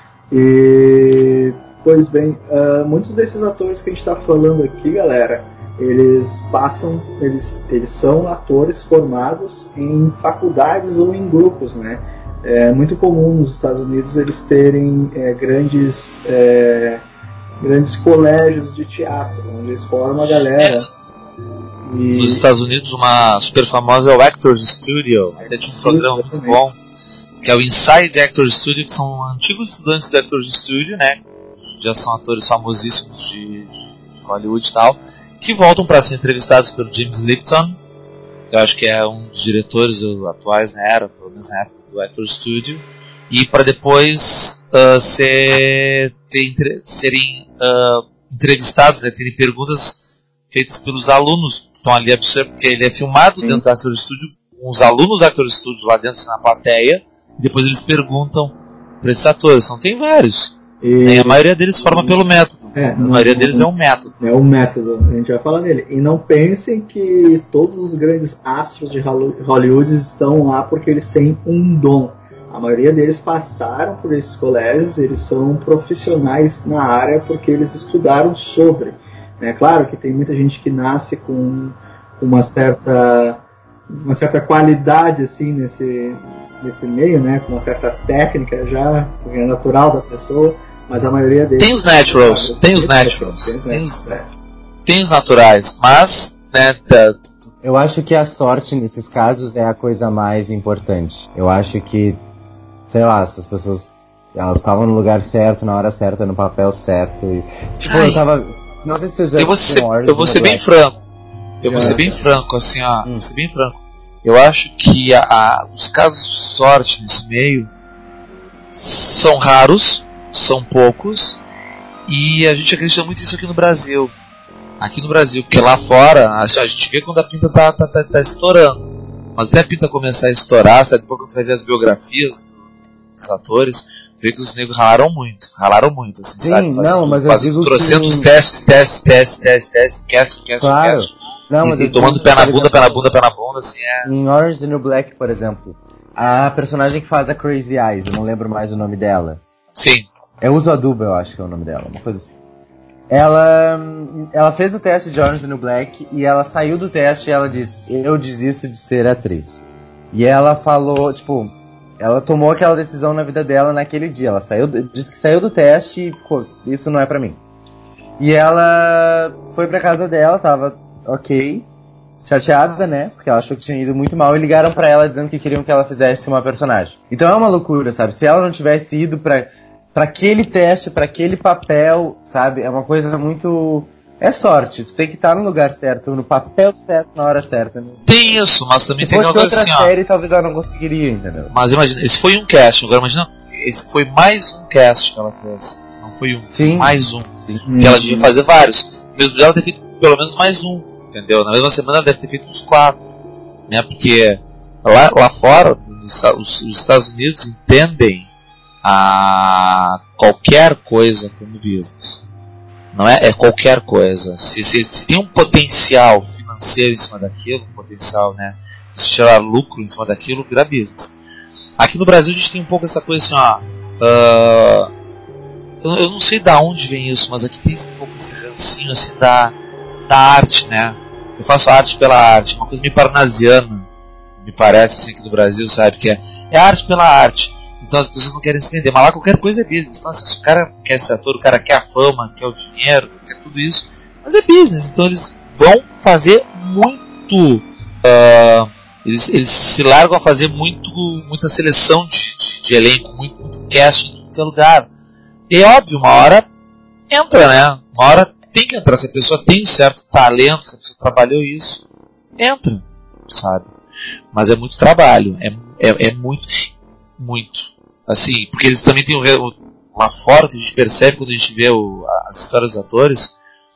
C: E... Pois bem, uh, muitos desses atores que a gente está falando aqui, galera, eles passam, eles, eles são atores formados em faculdades ou em grupos, né? É muito comum nos Estados Unidos eles terem é, grandes, é, grandes colégios de teatro, onde eles formam a galera.
D: E... Nos Estados Unidos, uma super famosa é o Actors Studio, até tinha um programa muito bom, que é o Inside Actors Studio, que são antigos estudantes do Actors Studio, né? Já são atores famosíssimos de, de Hollywood e tal, que voltam para ser entrevistados pelo James Lipton, que eu acho que é um dos diretores atuais, né, era, pelo menos na época do Actors Studio, e para depois uh, ser, ter, serem uh, entrevistados, né, terem perguntas feitas pelos alunos que estão ali observando, porque ele é filmado Sim. dentro do Actors Studio, com os alunos do Actors Studio lá dentro na plateia, e depois eles perguntam para esses atores, então tem vários. E a maioria deles forma pelo método.
C: É,
D: a maioria não, deles é um método.
C: É um método, a gente vai falar dele. E não pensem que todos os grandes astros de Hollywood estão lá porque eles têm um dom. A maioria deles passaram por esses colégios, eles são profissionais na área porque eles estudaram sobre. É claro que tem muita gente que nasce com uma certa uma certa qualidade assim nesse, nesse meio, né? Com uma certa técnica já, porque é natural da pessoa, mas a maioria deles...
D: Tem os naturals, tem os naturals, tem os, tem os naturais, mas, né...
E: Eu acho que a sorte nesses casos é a coisa mais importante. Eu acho que, sei lá, essas pessoas, elas estavam no lugar certo, na hora certa, no papel certo. E, tipo, Ai, eu tava... Não sei se você já...
D: Eu vou ser, eu vou ser bem franco. Eu vou ser bem franco, assim, ó. Hum. Vou ser bem franco. Eu acho que a, a, os casos de sorte nesse meio são raros, são poucos, e a gente acredita muito nisso aqui no Brasil. Aqui no Brasil, porque lá fora a gente vê quando a pinta tá, tá, tá, tá estourando. Mas até a pinta começar a estourar, sabe? Depois quando tu vai ver as biografias dos atores, vê que os negros ralaram muito, ralaram muito, assim,
E: Sim,
D: sabe?
E: Fazendo, não, mas eu digo
D: trocentos
E: que...
D: testes, testes, testes, testes, testes, cast, cast,
E: claro.
D: cast.
E: Não, mas
D: e,
E: eu
D: tomando pé na bunda, pé na bunda, pé na bunda, assim, é...
E: Em Orange is the New Black, por exemplo, a personagem que faz a Crazy Eyes, eu não lembro mais o nome dela.
D: Sim.
E: É Uso Aduba, eu acho que é o nome dela, uma coisa assim. Ela, ela fez o teste de Orange is the New Black e ela saiu do teste e ela disse, eu desisto de ser atriz. E ela falou, tipo, ela tomou aquela decisão na vida dela naquele dia. Ela saiu, disse que saiu do teste e ficou, isso não é pra mim. E ela foi pra casa dela, tava ok, chateada, né? Porque ela achou que tinha ido muito mal e ligaram pra ela dizendo que queriam que ela fizesse uma personagem. Então é uma loucura, sabe? Se ela não tivesse ido pra... pra aquele teste, pra aquele papel, sabe? É uma coisa muito... É sorte, tu tem que estar no lugar certo, no papel certo, na hora certa. Né?
D: Tem isso, mas também
E: Se
D: tem
E: fosse
D: outra
E: outra
D: assim,
E: série,
D: ó.
E: talvez ela não conseguiria, entendeu?
D: Mas imagina, esse foi um cast, agora imagina, esse foi mais um cast que ela fez. Não foi um,
E: Sim.
D: mais um.
E: Sim.
D: Que ela devia fazer vários. Mesmo dela ter feito pelo menos mais um, entendeu? Na mesma semana ela deve ter feito uns quatro. Né? Porque lá, lá fora, os, os, os Estados Unidos entendem a qualquer coisa como business. Não é, é qualquer coisa. Se, se, se tem um potencial financeiro em cima daquilo, um potencial, né, de se tirar lucro em cima daquilo, vira business. Aqui no Brasil a gente tem um pouco essa coisa assim, ó. Uh, eu, eu não sei da onde vem isso, mas aqui tem um pouco esse rancinho assim da, da arte, né? Eu faço arte pela arte, uma coisa meio parnasiana, me parece assim aqui no Brasil, sabe? Que é, é arte pela arte. Então as pessoas não querem se vender, mas lá qualquer coisa é business. Então assim, se o cara quer ser ator, o cara quer a fama, quer o dinheiro, quer tudo isso, mas é business. Então eles vão fazer muito, uh, eles, eles se largam a fazer muito, muita seleção de, de, de elenco, muito, muito casting em todo lugar. E é óbvio, uma hora entra, né? Uma hora tem que entrar. Se a pessoa tem certo talento, se a pessoa trabalhou isso, entra, sabe? Mas é muito trabalho, é, é, é muito, muito. Assim, porque eles também têm o, lá fora, que a gente percebe quando a gente vê o, as histórias dos atores,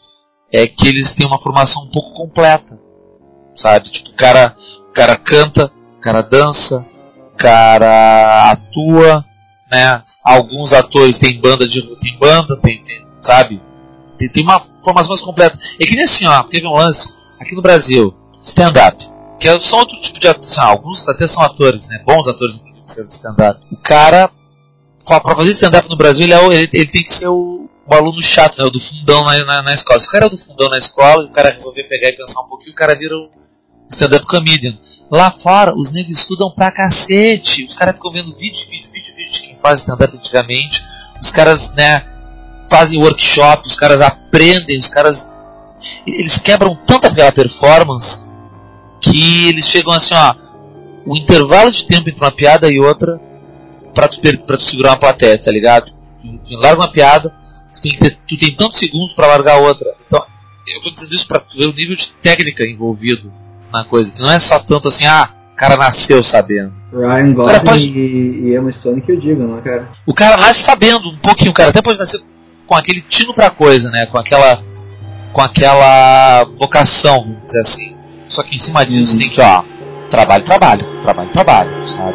D: é que eles têm uma formação um pouco completa, sabe? Tipo, o cara, o cara canta, o cara dança, o cara atua, né? Alguns atores têm banda, de, tem banda, tem, tem, sabe? Tem, tem uma formação mais completa. É que nem assim, ó, porque é um lance, aqui no Brasil, stand-up, que é, são outro tipo de atores, alguns até são atores, né? Bons atores, de stand-up. O cara, pra fazer stand-up no Brasil, ele, é o, ele, ele tem que ser o, o aluno chato, né? O do fundão na, na, na escola. Se o cara é o do fundão na escola e o cara resolver pegar e pensar um pouquinho, o cara vira o stand-up comedian. Lá fora, os negros estudam pra cacete. Os caras ficam vendo vídeo, vídeo, vídeo, vídeo de quem faz stand-up antigamente. Os caras, né, fazem workshop, os caras aprendem, os caras... Eles quebram tanto aquela performance que eles chegam assim, ó... O intervalo de tempo entre uma piada e outra pra tu, ter, pra tu segurar uma plateia, tá ligado? Tu, tu larga uma piada, tu tem, que ter, tu tem tantos segundos pra largar outra. Então, eu tô dizendo isso pra tu ver o nível de técnica envolvido na coisa. Que não é só tanto assim, ah, o cara nasceu sabendo.
C: Ryan Gosling pode... e, e Emma Stone que eu digo, não, cara?
D: O cara nasce sabendo um pouquinho, o cara até pode nascer com aquele tino pra coisa, né? Com aquela, com aquela vocação, vamos dizer assim. Só que em cima disso uhum. tem que, ó, trabalho, trabalho, trabalho, trabalho, sabe?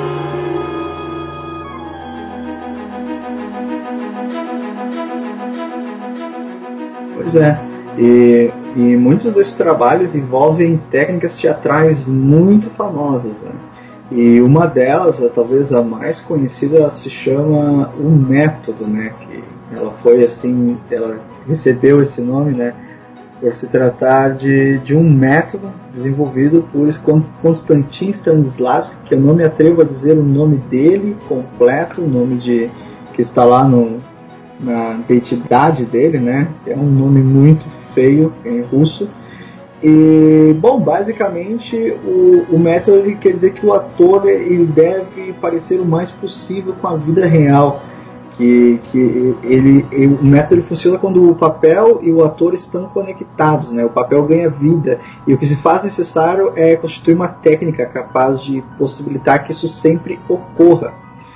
C: Pois é, e, e muitos desses trabalhos envolvem técnicas teatrais muito famosas, né? E uma delas, talvez a mais conhecida, se chama O Método, né? Que ela foi assim, ela recebeu esse nome, né? por se tratar de, de um método desenvolvido por Konstantin Stanislavski, que eu não me atrevo a dizer o nome dele completo, o nome de, que está lá no, na identidade dele, né? É um nome muito feio em russo. E, bom, basicamente o, o método ele quer dizer que o ator ele deve parecer o mais possível com a vida real. Que, que ele, ele, o método funciona quando o papel e o ator estão conectados, né? O papel ganha vida e o que se faz necessário é constituir uma técnica capaz de possibilitar que isso sempre ocorra.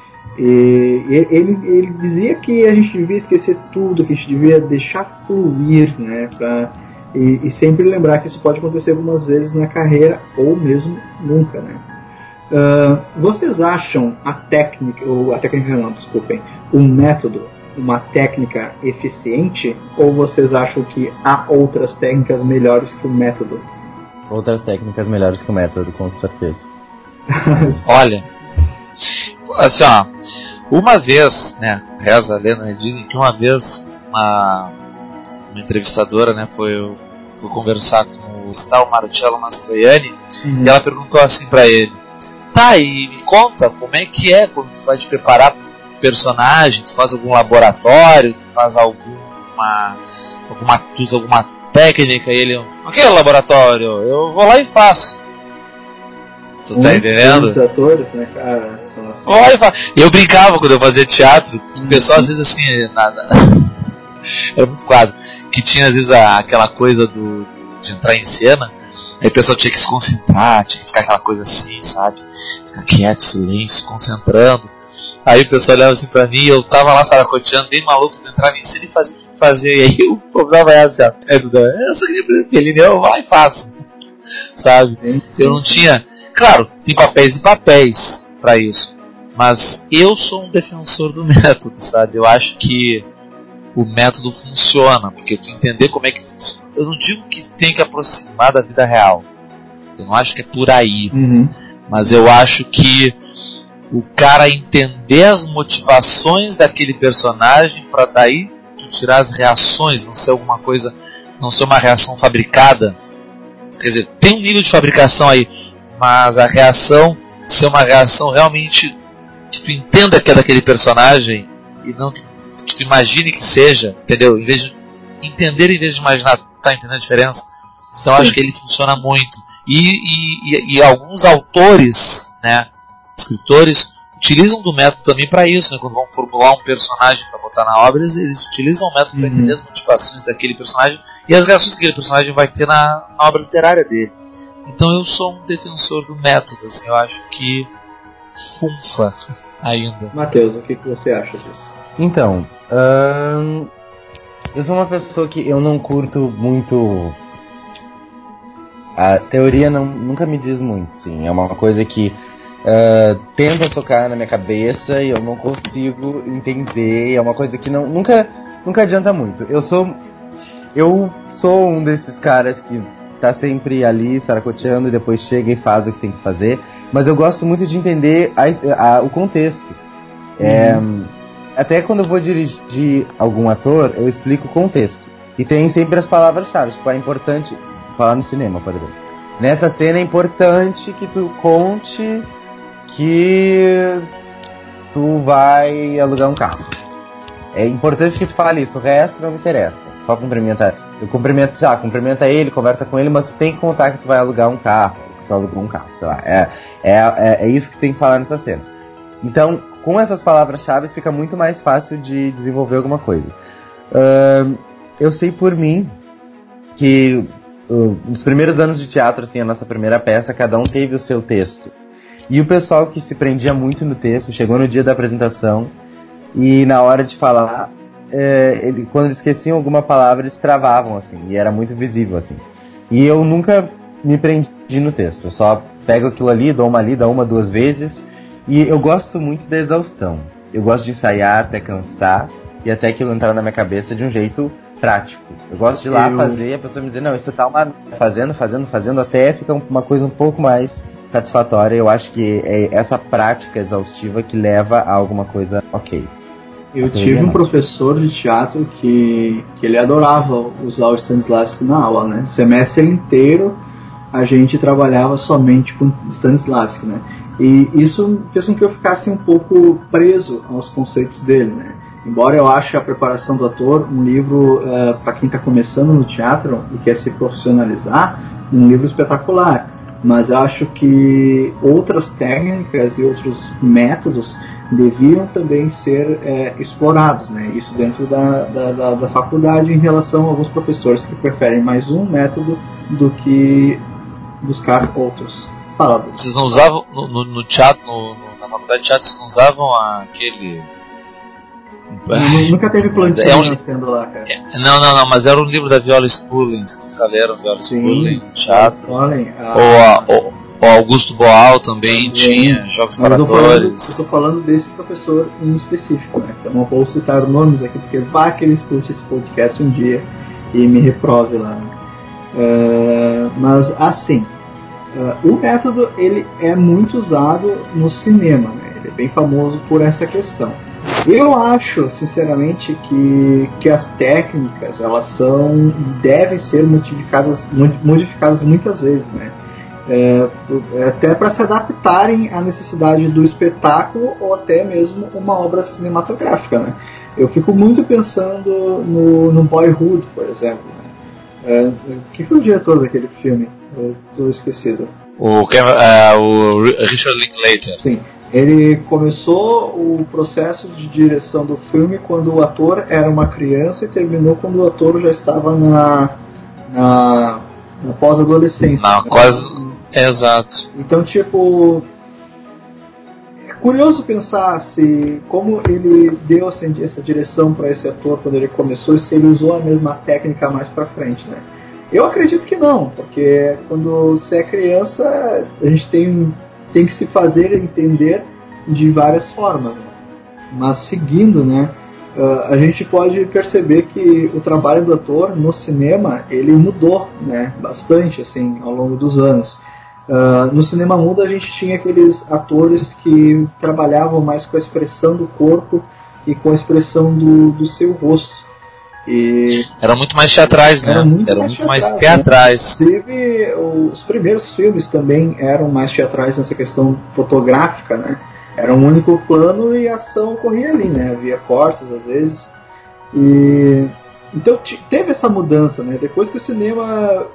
C: E ele, ele dizia que a gente devia esquecer tudo, que a gente devia deixar fluir, né? Pra, e, e sempre lembrar que isso pode acontecer algumas vezes na carreira ou mesmo nunca, né? Uh, vocês acham a técnica, ou a técnica não, desculpem, o método, uma técnica eficiente, ou vocês acham que há outras técnicas melhores que o método?
E: Outras técnicas melhores que o método, com certeza.
D: Olha, assim ó, uma vez, né, reza a lenda, né, dizem que uma vez uma, uma entrevistadora, né, foi, foi conversar com o Stal Marcello Mastroianni, uhum. E ela perguntou assim pra ele: tá, e me conta como é que é quando tu vai te preparar para um personagem, tu faz algum laboratório, tu faz alguma, alguma, tu usa alguma técnica, e ele, aquele laboratório, eu vou lá e faço. Tu tá entendendo?
C: Os atores, né, cara, são assim.
D: Vou lá e faço. Eu brincava quando eu fazia teatro, o pessoal às vezes assim, nada, era muito quadro, que tinha às vezes a, aquela coisa do, de entrar em cena. Aí o pessoal tinha que se concentrar, tinha que ficar aquela coisa assim, sabe? Ficar quieto, silêncio, se concentrando. Aí o pessoal olhava assim pra mim, eu tava lá saracoteando, bem maluco, eu entrava em cena e fazia o que fazia. E aí eu convidava ela assim, ó, é, Duda, eu só queria fazer Fellini, eu vou lá e faço. Sabe? Eu não tinha... Claro, tem papéis e papéis pra isso. Mas eu sou um defensor do método, sabe? Eu acho que o método funciona, porque tu entender como é que funciona. Eu não digo que tem que aproximar da vida real, eu não acho que é por aí,
C: uhum.
D: Mas eu acho que o cara entender as motivações daquele personagem para daí tu tirar as reações, não ser alguma coisa, não ser uma reação fabricada. Quer dizer, tem um nível de fabricação aí, mas a reação ser uma reação realmente que tu entenda que é daquele personagem e não que que tu imagine que seja, entendeu? Em vez de entender, em vez de imaginar, tá entendendo a diferença? Então acho que ele funciona muito. E, e, e, e alguns autores, né, escritores, utilizam do método também para isso, né? Quando vão formular um personagem para botar na obra, eles, eles utilizam o método para
C: uhum.
D: entender as motivações daquele personagem e as reações que aquele personagem vai ter na, na obra literária dele. Então eu sou um defensor do método, assim, eu acho que funfa ainda.
C: Matheus, o que, que você acha disso?
E: Então, hum, eu sou uma pessoa que eu não curto muito. A teoria não, nunca me diz muito, sim. É uma coisa que uh, tenta tocar na minha cabeça e eu não consigo entender. É uma coisa que não, nunca, nunca adianta muito. Eu sou, eu sou um desses caras que tá sempre ali saracoteando e depois chega e faz o que tem que fazer. Mas eu gosto muito de entender a, a, o contexto. Uhum. É, até quando eu vou dirigir algum ator, eu explico o contexto. E tem sempre as palavras-chave. Tipo, é importante falar no cinema, por exemplo. Nessa cena é importante que tu conte que tu vai alugar um carro. É importante que tu fale isso, o resto não me interessa. Só cumprimenta. Eu cumprimento, sei lá, cumprimenta ele, conversa com ele, mas tu tem que contar que tu vai alugar um carro, que tu alugou um carro, sei lá. É, é, é, é isso que tu tem que falar nessa cena. Então, com essas palavras-chave fica muito mais fácil de desenvolver alguma coisa. Uh, eu sei por mim que uh, nos primeiros anos de teatro, assim, a nossa primeira peça, cada um teve o seu texto. E o pessoal que se prendia muito no texto chegou no dia da apresentação e na hora de falar, é, ele, quando eles esqueciam alguma palavra, eles travavam, assim, e era muito visível, assim. E eu nunca me prendi no texto, eu só pego aquilo ali, dou uma lida uma, duas vezes. E eu gosto muito da exaustão. Eu gosto de ensaiar até cansar e até aquilo entrar na minha cabeça de um jeito prático. Eu gosto de ir lá eu... fazer e a pessoa me dizer, não, isso tá uma... fazendo, fazendo, fazendo, até fica uma coisa um pouco mais satisfatória. Eu acho que é essa prática exaustiva que leva a alguma coisa ok.
C: Eu tive um professor de teatro que, que ele adorava usar o Stanislavski na aula, né? O semestre inteiro a gente trabalhava somente com Stanislavski, né? E isso fez com que eu ficasse um pouco preso aos conceitos dele, né? Embora eu ache a preparação do ator um livro, uh, para quem está começando no teatro e quer se profissionalizar, um livro espetacular. Mas eu acho que outras técnicas e outros métodos deviam também ser é, explorados, né? Isso dentro da, da, da, da faculdade, em relação a alguns professores que preferem mais um método do que buscar outros. Fala.
D: Vocês não usavam no, no, no teatro, no, no, na faculdade de teatro, vocês não usavam aquele...
C: Ai, nunca teve plantinha é um... nascendo lá, cara.
D: É, não, não, não, mas era um livro da Viola Spullin. Vocês nunca leram Viola Spullin no teatro?
C: Spullin, ah,
D: ou, a, ou, ou Augusto Boal também, também tinha Jogos para Atores.
C: Eu estou falando desse professor em específico, né? Então não vou citar nomes aqui, porque vai que ele escute esse podcast um dia e me reprove lá. Uh, mas assim, uh, o método ele é muito usado no cinema, né? Ele é bem famoso por essa questão. Eu acho, sinceramente, que, que as técnicas, elas são, devem ser modificadas, modificadas muitas vezes, né? É, até para se adaptarem à necessidade do espetáculo ou até mesmo uma obra cinematográfica, né? Eu fico muito pensando no, no Boyhood, por exemplo, né? É, quem foi o diretor daquele filme? Eu estou esquecido.
D: O, uh, o Richard Linklater.
C: Sim. Ele começou o processo de direção do filme quando o ator era uma criança e terminou quando o ator já estava na, na, na pós-adolescência.
D: Na
C: né?
D: quase... Exato.
C: Então, tipo... É curioso pensar se como ele deu assim, essa direção para esse ator quando ele começou e se ele usou a mesma técnica mais para frente, né? Eu acredito que não, porque quando você é criança, a gente tem... tem que se fazer entender de várias formas. Mas seguindo, né, uh, a gente pode perceber que o trabalho do ator no cinema, ele mudou, né, bastante assim, ao longo dos anos. Uh, no cinema mudo a gente tinha aqueles atores que trabalhavam mais com a expressão do corpo e com a expressão do, do seu rosto. E
D: eram muito mais teatrais, né?
C: Era muito
D: eram
C: mais
D: muito mais
C: teatrais.
D: teatrais.
C: Né? Inclusive, os primeiros filmes também eram mais teatrais nessa questão fotográfica, né? Era um único plano e a ação ocorria ali, né? Havia cortes às vezes. E então teve essa mudança, né? Depois que o cinema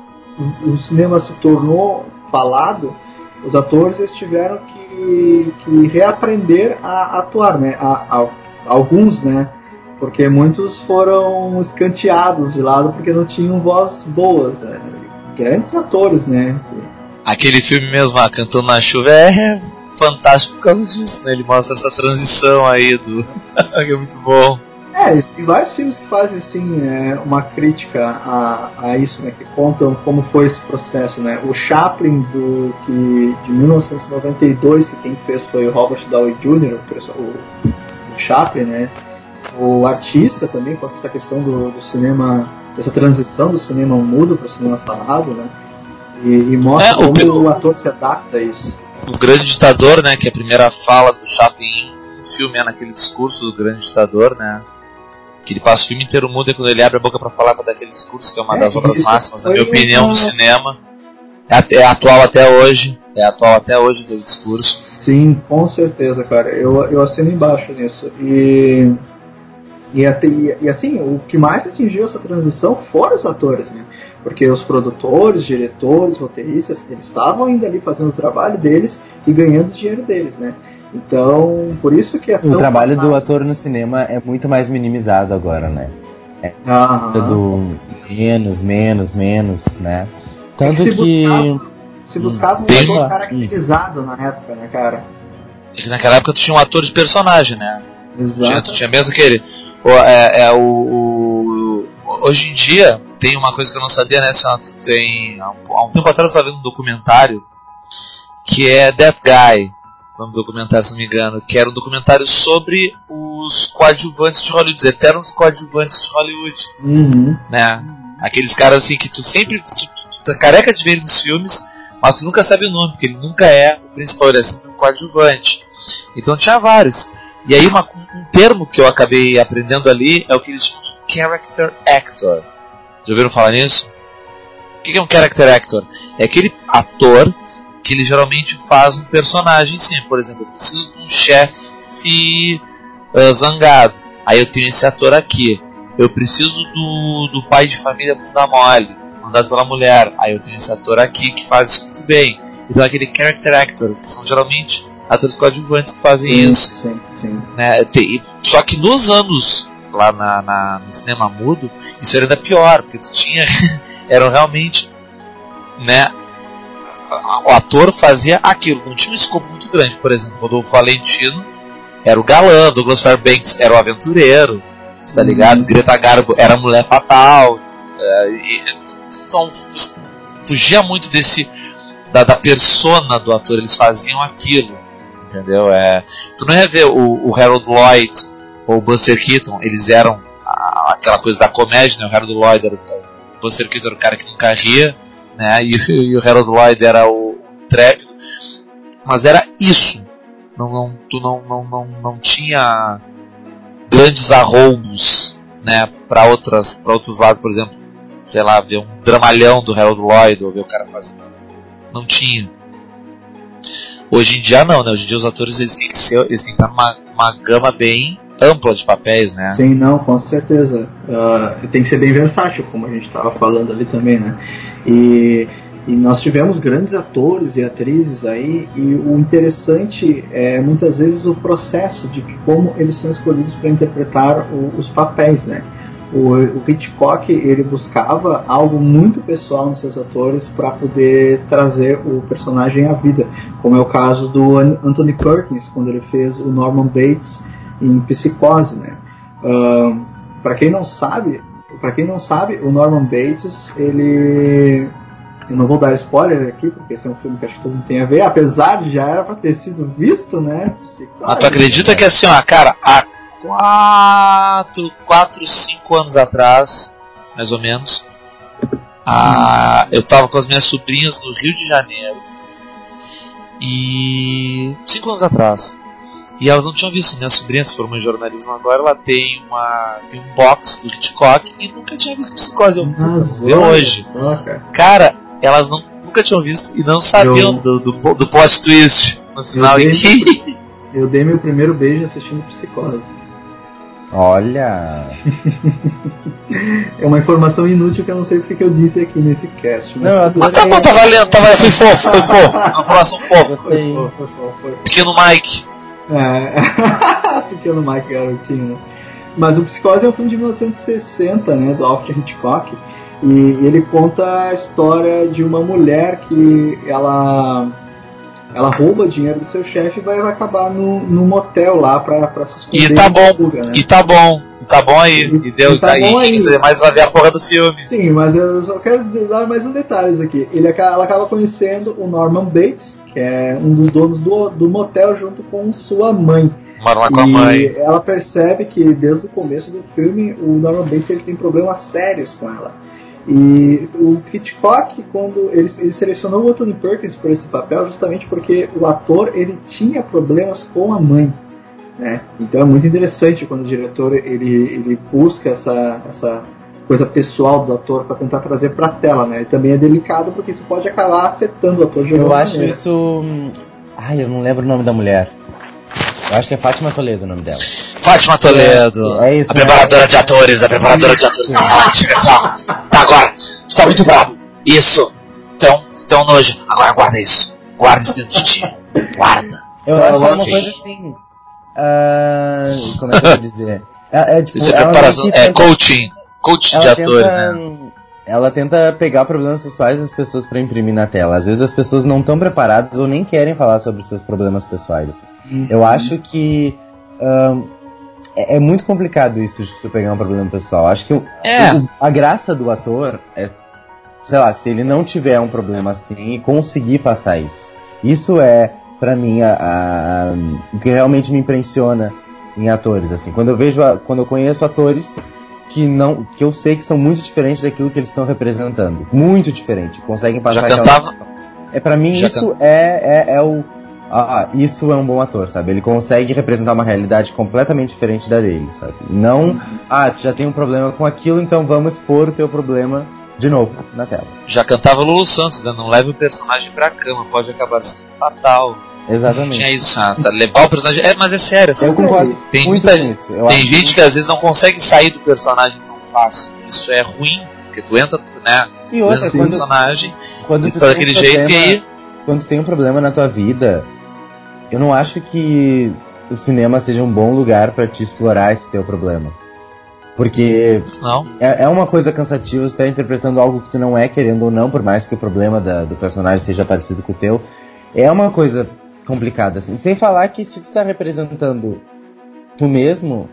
C: o cinema se tornou falado, os atores eles tiveram que, que reaprender a atuar, né? A, a, alguns, né? Porque muitos foram escanteados de lado porque não tinham voz boas, né? Grandes atores, né?
D: Aquele filme mesmo, ah, Cantando na Chuva, é fantástico por causa disso, né? Ele mostra essa transição aí do... que é muito bom.
C: É, tem vários filmes que fazem, assim, é, uma crítica a, a isso, né? Que contam como foi esse processo, né? O Chaplin, do, que, de mil novecentos e noventa e dois, que quem fez foi o Robert Downey júnior, o, o Chaplin, né? O Artista também, com essa questão do, do cinema, dessa transição do cinema mudo para o cinema falado, né? E, e mostra é, como o, o ator se adapta a isso.
D: O Grande Ditador, né? Que é a primeira fala do Chaplin no filme, é naquele discurso do Grande Ditador, né? Que ele passa o filme inteiro mudo e quando ele abre a boca para falar para dar aquele discurso, que é uma é, das obras máximas, na minha opinião, uma... do cinema. É, é atual até hoje. É atual até hoje do discurso.
C: Sim, com certeza, cara. Eu, eu assino embaixo nisso. E... E, até, e assim, o que mais atingiu essa transição foram os atores, né? Porque os produtores, diretores, roteiristas, eles estavam ainda ali fazendo o trabalho deles e ganhando o dinheiro deles, né? Então, por isso que é tão...
E: O trabalho do ator no cinema é muito mais minimizado agora, né? É tudo menos, menos, menos, né? Tanto
C: é que... Se
E: que...
C: buscava, se buscava um
D: Tem
C: ator
D: uma...
C: caracterizado na época, né, cara?
D: É que naquela época tu tinha um ator de personagem, né?
C: Exato.
D: Tinha, tu tinha mesmo aquele... O, é, é, o, o, hoje em dia tem uma coisa que eu não sabia, né? Tu tem, há, um, há um tempo atrás eu estava vendo um documentário que é That Guy, um documentário, se não me engano, que era um documentário sobre os coadjuvantes de Hollywood, os eternos coadjuvantes de Hollywood,
C: uhum.
D: né? Aqueles caras assim que tu sempre tu, tu, tu é careca de ver ele nos filmes, mas tu nunca sabe o nome, porque ele nunca é o principal, ele é sempre um coadjuvante. Então tinha vários. E aí uma, um termo que eu acabei aprendendo ali é o que eles chamam de character actor. Já ouviram falar nisso? O que é um character actor? É aquele ator que ele geralmente faz um personagem sim. Por exemplo, eu preciso de um chefe uh, zangado. Aí eu tenho esse ator aqui. Eu preciso do, do pai de família bunda mole, mandado pela mulher. Aí eu tenho esse ator aqui que faz isso muito bem. Então aquele character actor, que são geralmente atores coadjuvantes que fazem sim, isso.
C: Sim, sim.
D: Né? Tem, só que nos anos, lá na, na, no cinema mudo, isso era ainda pior, porque tu tinha... eram realmente... né? O ator fazia aquilo, não tinha um escopo muito grande. Por exemplo, Rodolfo Valentino era o galã, Douglas Fairbanks era o aventureiro, você tá ligado? Uhum. Greta Garbo era a mulher fatal. É, então fugia muito desse da, da persona do ator, eles faziam aquilo, entendeu? É, tu não ia ver o, o Harold Lloyd ou o Buster Keaton, eles eram a, aquela coisa da comédia, né? O Harold Lloyd era o Buster Keaton era o cara que nunca ria, né? E, e o Harold Lloyd era o trépido, mas era isso. Não, não, tu não, não, não, não tinha grandes arroubos, né? Para outras, para outros lados, por exemplo, sei lá, ver um dramalhão do Harold Lloyd ou ver o cara fazendo. Não tinha. Hoje em dia não, né? Hoje em dia os atores eles têm que ser, eles têm que estar numa uma gama bem ampla de papéis, né?
C: Sim, não, com certeza. Uh, tem que ser bem versátil, como a gente estava falando ali também, né? E, e nós tivemos grandes atores e atrizes aí, e o interessante é muitas vezes o processo de como eles são escolhidos para interpretar o, os papéis, né? O, o Hitchcock, ele buscava algo muito pessoal nos seus atores para poder trazer o personagem à vida, como é o caso do Anthony Perkins, quando ele fez o Norman Bates em Psicose, né? Uh, para quem não sabe, para quem não sabe, o Norman Bates, ele, eu não vou dar spoiler aqui, porque esse é um filme que acho que todo mundo tem a ver, apesar de já era para ter sido visto, né? Psicose,
D: mas tu acredita, né? Que assim, ó, cara, a quatro, quatro, cinco anos atrás, mais ou menos, a, eu tava com as minhas sobrinhas no Rio de Janeiro, e cinco anos atrás, e elas não tinham visto. Minha sobrinha se formou em jornalismo agora, ela tem uma tem um box do Hitchcock e nunca tinha visto Psicose. Eu puta, vê hoje, cara, elas não, nunca tinham visto e não sabiam eu, do, do, do plot twist no final.
C: Eu dei, eu dei meu primeiro beijo assistindo Psicose.
E: Olha!
C: É uma informação inútil que eu não sei porque que eu disse aqui nesse cast.
E: Mas, não,
D: mas tá bom, tá valendo, tá valendo, foi fofo, foi fofo. Uma informação fofa.
C: Foi fofo, foi fofo, foi fofo.
D: Pequeno Mike.
C: É, Pequeno Mike garotinho, né? Mas o Psicose é um filme de mil novecentos e sessenta, né, do Alfred Hitchcock, e ele conta a história de uma mulher que ela ela rouba dinheiro do seu chefe e vai, vai acabar no, no motel lá pra, pra se esconder.
D: E tá bom, fuga, né? E tá bom, e tá bom aí, e, e deu,
C: e tá bom aí.
D: Você mais vai ver a porra do filme.
C: Sim, mas eu só quero dar mais um detalhe aqui. Ele, ela acaba conhecendo o Norman Bates, que é um dos donos do, do motel, junto com sua mãe.
D: Mora lá com a mãe.
C: Ela percebe que desde o começo do filme o Norman Bates ele tem problemas sérios com ela. E o Hitchcock, quando ele, ele selecionou o Anthony Perkins por esse papel, justamente porque o ator ele tinha problemas com a mãe, né? Então é muito interessante quando o diretor ele, ele busca essa, essa coisa pessoal do ator para tentar trazer para a tela, né? E também é delicado porque isso pode acabar afetando o ator de alguma
E: Eu acho
C: maneira.
E: isso... Ai, eu não lembro o nome da mulher. Eu acho que é Fátima Toledo o nome dela.
D: Fátima Toledo,
E: é, é isso,
D: a preparadora né? de atores, a preparadora de atores. Chega só, tá agora, tu tá muito bravo. Isso, então, então nojo. Agora guarda isso, guarda isso dentro de ti, guarda.
E: Eu acho que é uma coisa assim. Uh, como é que eu vou dizer? É, é, tipo,
D: isso é preparação, é tenta, coaching, coaching de
E: tenta,
D: atores, né?
E: Ela tenta pegar problemas pessoais das pessoas pra imprimir na tela. Às vezes as pessoas não estão preparadas ou nem querem falar sobre os seus problemas pessoais. Assim. Uhum. Eu acho que um, é, é muito complicado isso de tu pegar um problema pessoal. Acho que eu,
D: é.
E: eu, a graça do ator é, sei lá, se ele não tiver um problema assim e conseguir passar isso. Isso é, pra mim, a, a, o que realmente me impressiona em atores. Assim. Quando eu vejo, a, quando eu conheço atores que não, que eu sei que são muito diferentes daquilo que eles estão representando, muito diferente, conseguem passar.
D: Já cantava.
E: É para mim
D: Já
E: isso can... é, é, é o ah, isso é um bom ator, sabe? Ele consegue representar uma realidade completamente diferente da dele, sabe? Não, ah, tu já tem um problema com aquilo, então vamos expor o teu problema de novo na tela.
D: Já cantava Lulu Santos, né? Não leve o personagem pra cama, pode acabar sendo fatal.
E: Exatamente.
D: Tinha isso, chance, levar o personagem. É, mas é sério. Assim,
E: eu concordo.
D: Tem
E: muito
D: muita
E: com isso. Eu
D: tem gente que... que às vezes não consegue sair do personagem tão fácil. Isso é ruim, porque tu entra, né?
E: E outra,
D: no personagem,
E: quando
D: e tu daquele um jeito
E: problema,
D: e aí.
E: Quando tu tem um problema na tua vida, eu não acho que o cinema seja um bom lugar pra te explorar esse teu problema. Porque
D: não.
E: É, é uma coisa cansativa, você tá interpretando algo que tu não é, querendo ou não, por mais que o problema da, do personagem seja parecido com o teu. É uma coisa complicada, assim. Sem falar que se tu tá representando tu mesmo,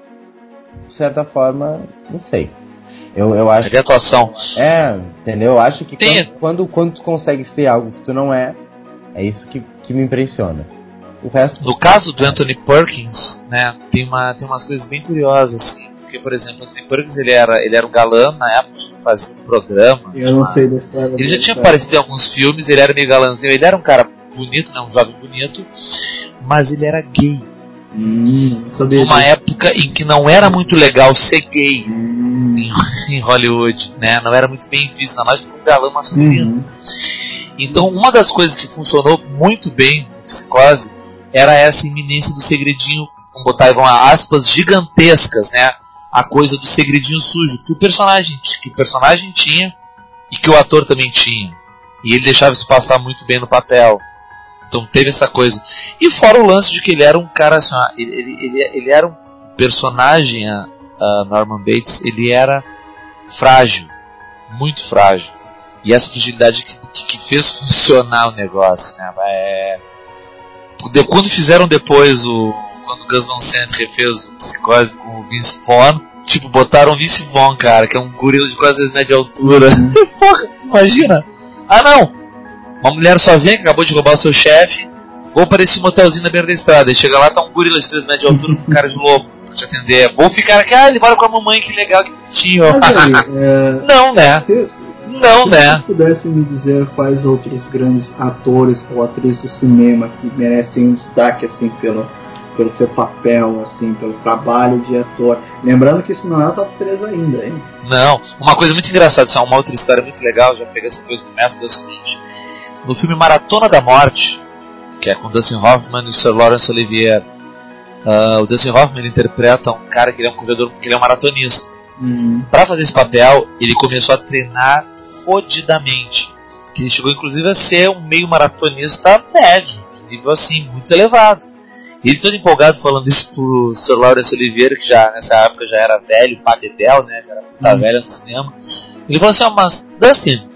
E: de certa forma, não sei. Eu, eu acho.
D: É de atuação.
E: É, entendeu? Eu acho que
D: Tem...
E: quando, quando, quando tu consegue ser algo que tu não é, é isso que, que me impressiona. O resto.
D: No caso do Anthony Perkins, né, tem, uma, tem umas coisas bem curiosas, assim. Porque, por exemplo, o Anthony Perkins ele era, ele era um galã na época que fazia um programa.
C: Eu não uma... sei da história.
D: Ele já tinha aparecido em alguns filmes, ele era meio galãzinho, ele era um cara bonito, né, um jovem bonito, mas ele era gay.
C: Hum,
D: Numa época em que não era muito legal ser gay hum. em, em Hollywood, né? Não era muito bem visto, ainda mais por um galã masculino. Uhum. Então, uma das coisas que funcionou muito bem no Psicose era essa iminência do segredinho, vamos botar aí, aspas gigantescas, né? A coisa do segredinho sujo que o personagem, que o personagem tinha e que o ator também tinha. E ele deixava isso passar muito bem no papel. Então teve essa coisa. E fora o lance de que ele era um cara assim, ele, ele, ele, ele era um personagem, a, a Norman Bates, ele era frágil, muito frágil. E essa fragilidade que, que, que fez funcionar o negócio, né? É, quando fizeram depois o quando o Gus Van Sant refez o Psicose com o Vince Vaughn, tipo, botaram o Vince Vaughn, cara, que é um gorila de quase dois metros de altura. Porra, imagina. Ah, não! Uma mulher sozinha que acabou de roubar o seu chefe, vou parecer um motelzinho na beira da estrada, e chega lá, tá um gorila de três metros de altura com cara de louco pra te atender. Vou ficar aqui, ah, ele mora com a mamãe, que legal, que bonitinho. É... Não, né?
C: Se, se,
D: não,
C: se
D: né?
C: Se você pudesse me dizer quais outros grandes atores ou atrizes do cinema que merecem um destaque, assim, pelo, pelo seu papel, assim, pelo trabalho de ator. Lembrando que isso não é o top três ainda, hein?
D: Não, uma coisa muito engraçada, isso é uma outra história muito legal, já peguei essa coisa do método, é o seguinte. No filme Maratona da Morte, que é com Dustin Hoffman e o Sir Laurence Olivier, uh, o Dustin Hoffman ele interpreta um cara que ele é um corredor, que ele é um maratonista.
C: Uhum.
D: Para fazer esse papel, ele começou a treinar fodidamente, que ele chegou inclusive a ser um meio maratonista médio, de nível assim, muito elevado. E ele todo empolgado falando isso pro Sir Laurence Olivier, que já nessa época já era velho, padedel, né, já era puta uhum. velha no cinema. Ele falou assim, oh, mas Dustin,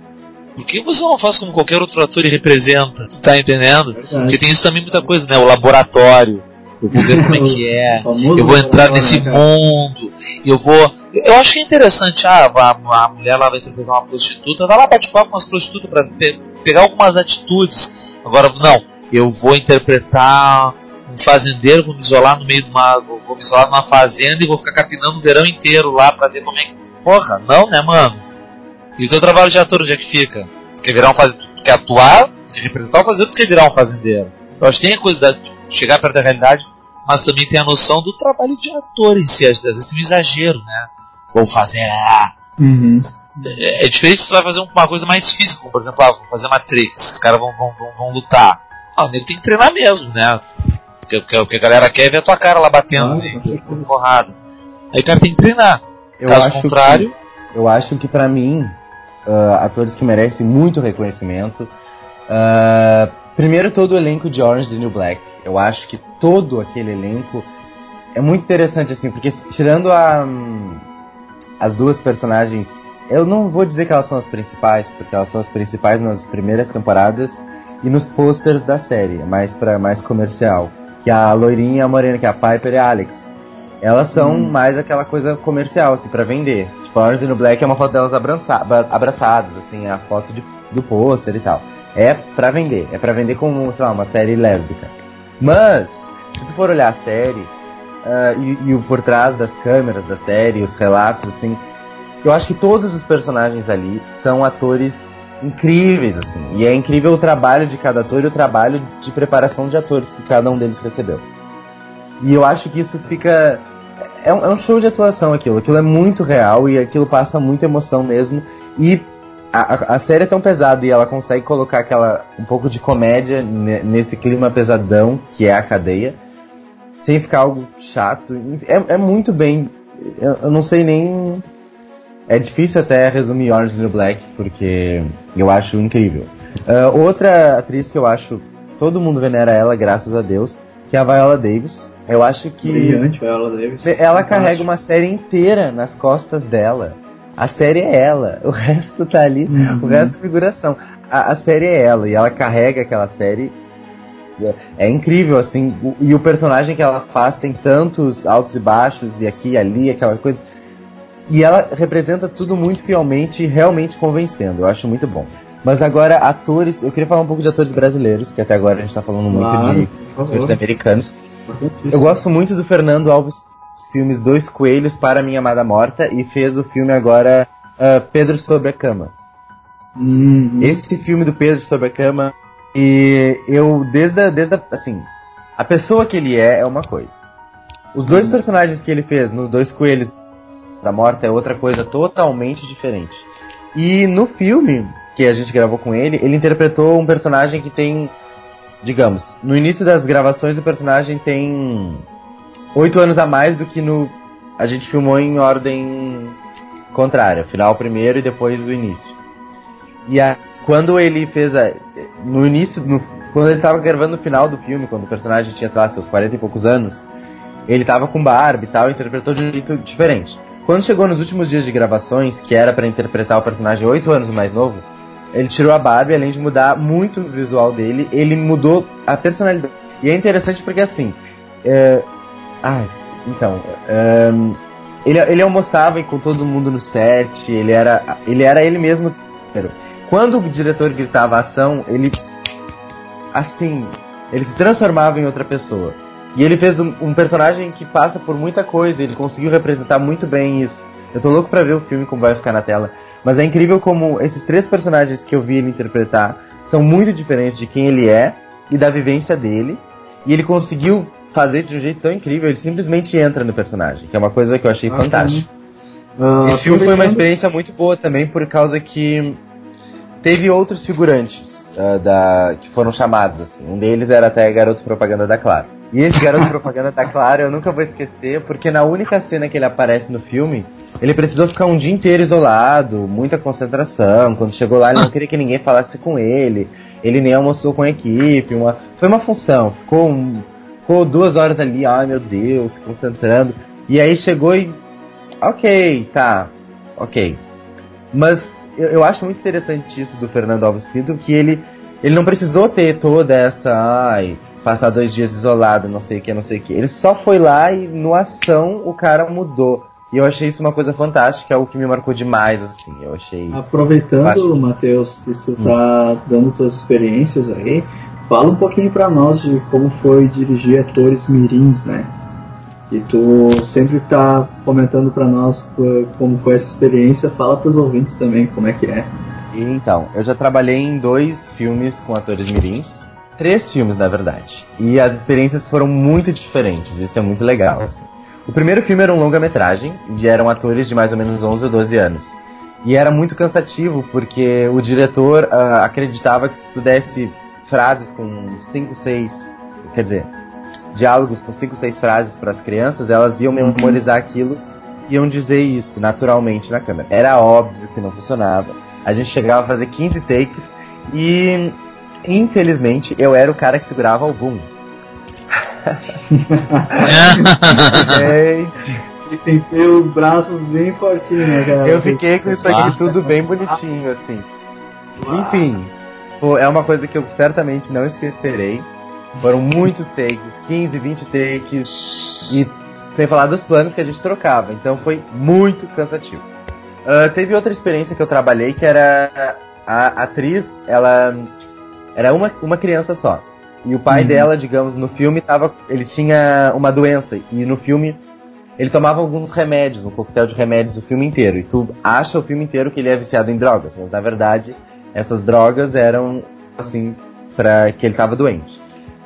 D: por que você não faz como qualquer outro ator e representa? Você tá entendendo? Verdade. Porque tem isso também muita coisa, né? O laboratório. Eu vou ver como é que é. Eu vou entrar nesse mundo. Eu vou. Eu acho que é interessante. Ah, a, a mulher lá vai interpretar uma prostituta. Vai lá bate papo com as prostitutas pra pe- pegar algumas atitudes. Agora, não. Eu vou interpretar um fazendeiro. Vou me isolar no meio de uma. Vou me isolar numa fazenda e vou ficar capinando o verão inteiro lá pra ver como é que. Porra, não, né, mano? E o teu trabalho de ator, onde é que fica? Tu quer virar um fazendeiro? Tu quer atuar? Tu quer representar o fazendeiro? Tu quer virar um fazendeiro? Eu acho que tem a coisa de chegar perto da realidade, mas também tem a noção do trabalho de ator em si. Às vezes tem um exagero, né? Vou fazer... Ah.
C: Uhum.
D: É, é diferente se tu vai fazer uma coisa mais física, como por exemplo, ah, vou fazer Matrix. Os caras vão, vão, vão, vão lutar. Ah, o nego tem que treinar mesmo, né? Porque o que a galera quer é ver a tua cara lá batendo, ah, né? Com porrada. Aí o cara tem que treinar.
E: Eu
D: Caso
E: acho
D: contrário...
E: Que, eu acho que pra mim... Uh, atores que merecem muito reconhecimento. Uh, primeiro, todo o elenco de Orange is the New Black. Eu acho que todo aquele elenco é muito interessante, assim, porque tirando a, um, as duas personagens, eu não vou dizer que elas são as principais, porque elas são as principais nas primeiras temporadas e nos posters da série, mais para mais comercial. Que a loirinha e a morena, que é a Piper e a Alex. Elas são hum. mais aquela coisa comercial, assim, pra vender. Tipo, a Orange is the New Black é uma foto delas abraça- abraçadas, assim, a foto de, do pôster e tal. É pra vender, é pra vender como, sei lá, uma série lésbica. Mas, se tu for olhar a série, uh, e, e o por trás das câmeras da série, os relatos, assim, eu acho que todos os personagens ali são atores incríveis, assim. E é incrível o trabalho de cada ator e o trabalho de preparação de atores que cada um deles recebeu. E eu acho que isso fica... É um, é um show de atuação aquilo. Aquilo é muito real e aquilo passa muita emoção mesmo. E a, a série é tão pesada e ela consegue colocar aquela, um pouco de comédia n- nesse clima pesadão que é a cadeia, sem ficar algo chato. É, é muito bem... Eu, eu não sei nem... É difícil até resumir Orange is the New Black, porque eu acho incrível. Uh, outra atriz que eu acho... Todo mundo venera ela, graças a Deus, que é a Viola Davis. Eu acho que...
C: Brilhante, Viola Davis.
E: Ela carrega uma série inteira nas costas dela. A série é ela. O resto tá ali. Uhum. O resto é figuração. A, a série é ela. E ela carrega aquela série. É, é incrível, assim. O, e o personagem que ela faz tem tantos altos e baixos. E aqui e ali, aquela coisa. E ela representa tudo muito fielmente e realmente convencendo. Eu acho muito bom. Mas agora, atores... Eu queria falar um pouco de atores brasileiros, que até agora a gente tá falando muito claro, de atores americanos. Eu gosto muito do Fernando Alves, filmes Dois Coelhos para Minha Amada Morta, e fez o filme agora uh, Pedro sobre a Cama. Uhum. Esse filme do Pedro sobre a Cama, e eu, desde a, desde a, assim, a pessoa que ele é é uma coisa. Os dois uhum. personagens que ele fez nos Dois Coelhos da Morta é outra coisa totalmente diferente. E no filme que a gente gravou com ele, ele interpretou um personagem que tem, digamos, no início das gravações o personagem tem oito anos a mais do que no... A gente filmou em ordem contrária, final primeiro e depois o início. E a, quando ele fez a... No início, no, quando ele tava gravando no final do filme, quando o personagem tinha, sei lá, seus quarenta e poucos anos, ele tava com barba e tal, e interpretou de um jeito diferente. Quando chegou nos últimos dias de gravações, que era pra interpretar o personagem oito anos mais novo, ele tirou a barba e, além de mudar muito o visual dele, ele mudou a personalidade. E é interessante porque, assim... É... Ah, então... É... Ele, ele almoçava com todo mundo no set, ele era ele, era ele mesmo. Quando o diretor gritava ação, ele... Assim... Ele se transformava em outra pessoa. E ele fez um, um personagem que passa por muita coisa, ele conseguiu representar muito bem isso. Eu tô louco pra ver o filme, como vai ficar na tela. Mas é incrível como esses três personagens que eu vi ele interpretar são muito diferentes de quem ele é e da vivência dele. E ele conseguiu fazer isso de um jeito tão incrível, ele simplesmente entra no personagem, que é uma coisa que eu achei ah, fantástica. Uh, Esse filme foi uma experiência muito boa também, por causa que teve outros figurantes uh, da, que foram chamados, assim. Um deles era até garoto propaganda da Claro. E esse garoto propaganda da Claro eu nunca vou esquecer, porque na única cena que ele aparece no filme, ele precisou ficar um dia inteiro isolado, muita concentração. Quando chegou lá, ele não queria que ninguém falasse com ele, ele nem almoçou com a equipe. Uma... Foi uma função, ficou, um... ficou duas horas ali, ai meu Deus, se concentrando. E aí chegou e... Ok, tá, ok. Mas eu, eu acho muito interessante isso do Fernando Alves Pinto, que ele, ele não precisou ter toda essa... Ai, passar dois dias isolado, não sei o que, não sei o que. Ele só foi lá e, no ação, o cara mudou. E eu achei isso uma coisa fantástica, é o que me marcou demais, assim. Eu achei...
C: Aproveitando, acho... Matheus, que tu tá hum. dando tuas experiências aí, fala um pouquinho pra nós de como foi dirigir atores mirins, né? E tu sempre tá comentando pra nós como foi essa experiência. Fala pros ouvintes também como é que é.
E: Então, eu já trabalhei em dois filmes com atores mirins. Três filmes, na verdade. E as experiências foram muito diferentes. Isso é muito legal, assim. O primeiro filme era um longa-metragem, e eram atores de mais ou menos onze ou doze anos. E era muito cansativo, porque o diretor uh, acreditava que se tu desse frases com cinco, seis... Quer dizer, diálogos com cinco, seis frases para as crianças, elas iam memorizar aquilo e iam dizer isso naturalmente na câmera. Era óbvio que não funcionava. A gente chegava a fazer quinze takes e... Infelizmente, eu era o cara que segurava o boom.
C: Gente, ele tem que ter os braços bem fortinhos, né, cara?
E: Eu fiquei com isso aqui tudo bem bonitinho, assim. Enfim, é uma coisa que eu certamente não esquecerei. Foram muitos takes, quinze, vinte takes, e sem falar dos planos que a gente trocava. Então foi muito cansativo. Uh, teve outra experiência que eu trabalhei, que era a atriz, ela... Era uma, uma criança só. E o pai uhum. dela, digamos, no filme, tava, ele tinha uma doença. E no filme, ele tomava alguns remédios, um coquetel de remédios o filme inteiro. E tu acha o filme inteiro que ele é viciado em drogas. Mas, na verdade, essas drogas eram, assim, pra que ele tava doente.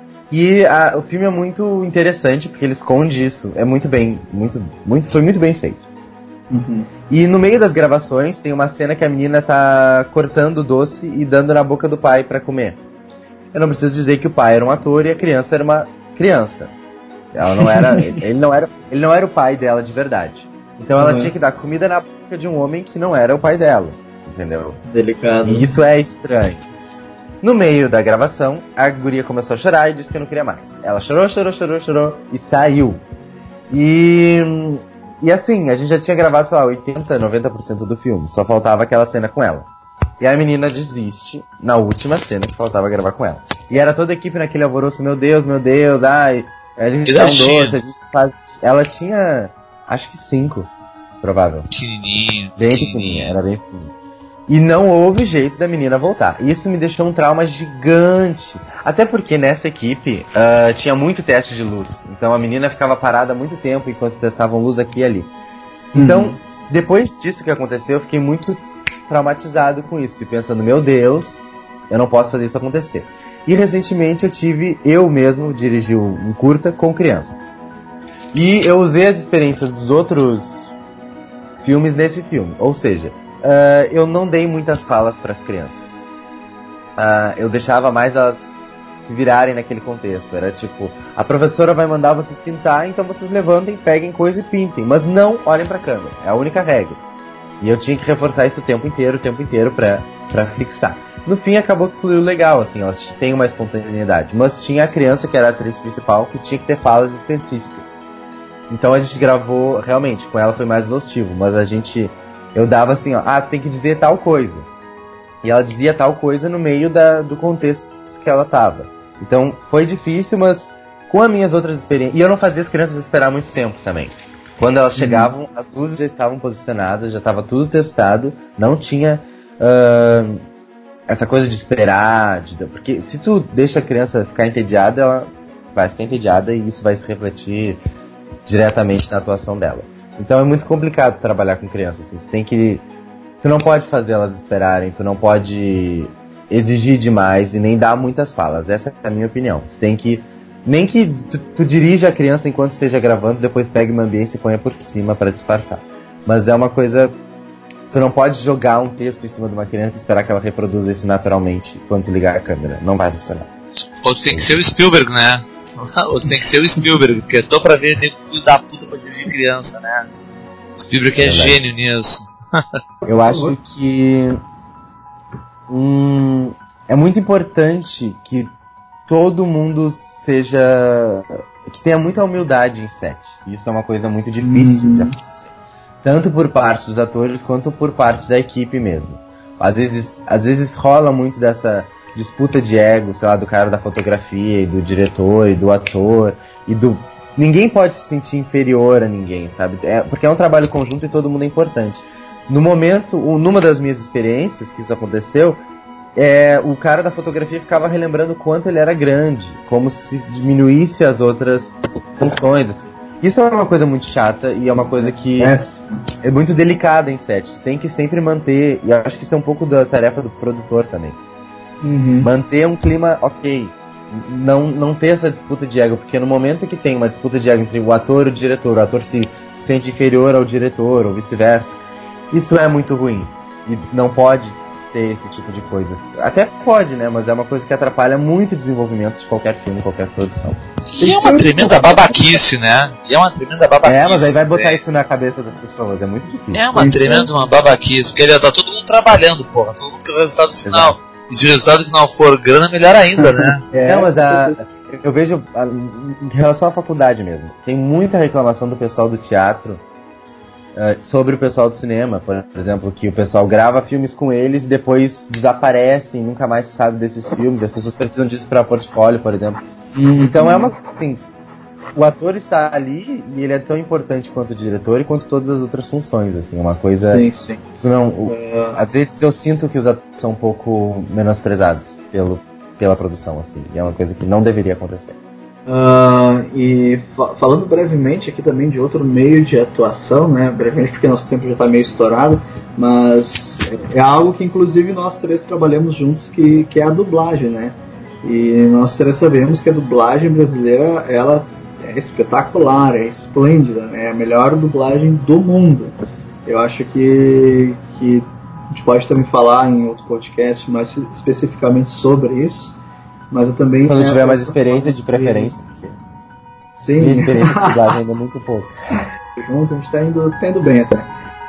E: E a, o filme é muito interessante porque ele esconde isso. É muito bem, muito, muito, foi muito bem feito.
C: Uhum.
E: E no meio das gravações tem uma cena que a menina tá cortando o doce e dando na boca do pai pra comer. Eu não preciso dizer que o pai era um ator e a criança era uma criança. Ela não era, ele não era, ele não era o pai dela de verdade. Então ela uhum. tinha que dar comida na boca de um homem que não era o pai dela, entendeu?
C: Delicado.
E: E isso é estranho. No meio da gravação, a guria começou a chorar e disse que não queria mais. Ela chorou, chorou, chorou, chorou e saiu. E, e assim, a gente já tinha gravado, sei lá, oitenta, noventa por cento do filme. Só faltava aquela cena com ela. E a menina desiste na última cena que faltava gravar com ela. E era toda a equipe naquele alvoroço, meu Deus, meu Deus, ai, a gente dá um doce, a gente faz... Ela tinha, acho que cinco, provável.
D: Pequenininha.
E: Bem pequenininha, era bem pequenininha. E não houve jeito da menina voltar. Isso me deixou um trauma gigante. Até porque nessa equipe uh, tinha muito teste de luz. Então a menina ficava parada há muito tempo enquanto testavam luz aqui e ali. Então, uhum. depois disso que aconteceu, eu fiquei muito traumatizado com isso. E pensando, meu Deus, eu não posso fazer isso acontecer. E recentemente eu tive, eu mesmo, dirigi um curta com crianças. E eu usei as experiências dos outros filmes nesse filme. Ou seja... Uh, eu não dei muitas falas para as crianças. Uh, eu deixava mais elas se virarem naquele contexto. Era tipo, a professora vai mandar vocês pintar, então vocês levantem, peguem coisa e pintem. Mas não olhem para a câmera. É a única regra. E eu tinha que reforçar isso o tempo inteiro, o tempo inteiro pra, pra fixar. No fim acabou que fluiu legal, assim, elas têm uma espontaneidade. Mas tinha a criança, que era a atriz principal, que tinha que ter falas específicas. Então a gente gravou, realmente, com ela foi mais exaustivo, mas a gente... Eu dava assim, ó, ah, tu tem que dizer tal coisa. E ela dizia tal coisa no meio da, do contexto que ela tava. Então, foi difícil, mas com as minhas outras experiências... E eu não fazia as crianças esperar muito tempo também. Quando elas chegavam, uhum. as luzes já estavam posicionadas, já estava tudo testado. Não tinha uh, essa coisa de esperar. De, porque se tu deixa a criança ficar entediada, ela vai ficar entediada e isso vai se refletir diretamente na atuação dela. Então é muito complicado trabalhar com crianças, assim. Você tem que... Tu não pode fazer elas esperarem, tu não pode exigir demais e nem dar muitas falas. Essa é a minha opinião. Tu tem que... Nem que tu, tu dirija a criança enquanto esteja gravando, depois pegue uma ambiência e ponha por cima para disfarçar. Mas é uma coisa... Tu não pode jogar um texto em cima de uma criança e esperar que ela reproduza isso naturalmente quando tu ligar a câmera. Não vai funcionar.
D: Ou tu tem que ser o Spielberg, né? Ou tu tem que ser o Spielberg, porque eu tô pra ver tem filho da puta pra dirigir criança, né? O Spielberg é, é gênio nisso.
E: Eu acho que hum, é muito importante que todo mundo seja... que tenha muita humildade em set. Isso é uma coisa muito difícil hum. de acontecer. Tanto por parte dos atores quanto por parte da equipe mesmo. Às vezes, às vezes rola muito dessa... disputa de ego, sei lá, do cara da fotografia e do diretor e do ator e do... Ninguém pode se sentir inferior a ninguém, sabe? É, porque é um trabalho conjunto e todo mundo é importante. No momento, numa das minhas experiências que isso aconteceu, é, o cara da fotografia ficava relembrando o quanto ele era grande, como se diminuísse as outras funções, assim. Isso é uma coisa muito chata e é uma coisa que é, é muito delicada em set. Tu tem que sempre manter, e acho que isso é um pouco da tarefa do produtor também. Uhum. Manter um clima ok, não, não ter essa disputa de ego, porque no momento que tem uma disputa de ego entre o ator e o diretor, o ator se sente inferior ao diretor ou vice-versa, isso é muito ruim e não pode ter esse tipo de coisa. Até pode, né, mas é uma coisa que atrapalha muito o desenvolvimento de qualquer filme, qualquer produção.
D: E é uma tremenda babaquice, né? E é uma tremenda babaquice.
E: É, mas aí vai botar isso na cabeça das pessoas, é muito difícil.
D: É uma tremenda uma babaquice, porque ali tá todo mundo trabalhando, porra, todo mundo quer o resultado final. Exato. E se o resultado final for grana, melhor ainda, né?
E: É, não, mas a, eu vejo a, em relação à faculdade mesmo. Tem muita reclamação do pessoal do teatro uh, sobre o pessoal do cinema, por exemplo, que o pessoal grava filmes com eles e depois desaparece e nunca mais sabe desses filmes. E as pessoas precisam disso para portfólio, por exemplo. Uhum. Então é uma... Assim, o ator está ali e ele é tão importante quanto o diretor e quanto todas as outras funções, assim, uma coisa...
C: Sim, sim.
E: Não, o, uh... Às vezes eu sinto que os atores são um pouco menosprezados pelo, pela produção, assim, e é uma coisa que não deveria acontecer.
C: Uh, e fa- falando brevemente aqui também de outro meio de atuação, né, brevemente porque nosso tempo já está meio estourado, Mas é algo que inclusive nós três trabalhamos juntos, que, que é a dublagem, né? E nós três sabemos que a dublagem brasileira, ela é espetacular, é esplêndida, né? É a melhor dublagem do mundo. Eu acho que, que a gente pode também falar em outro podcast mais especificamente sobre isso, mas eu também...
E: Quando tiver mais experiência, de preferência, porque
C: sim.
E: Minha experiência de dublagem ainda é muito pouco.
C: Junto, a gente tá indo, tá indo bem até.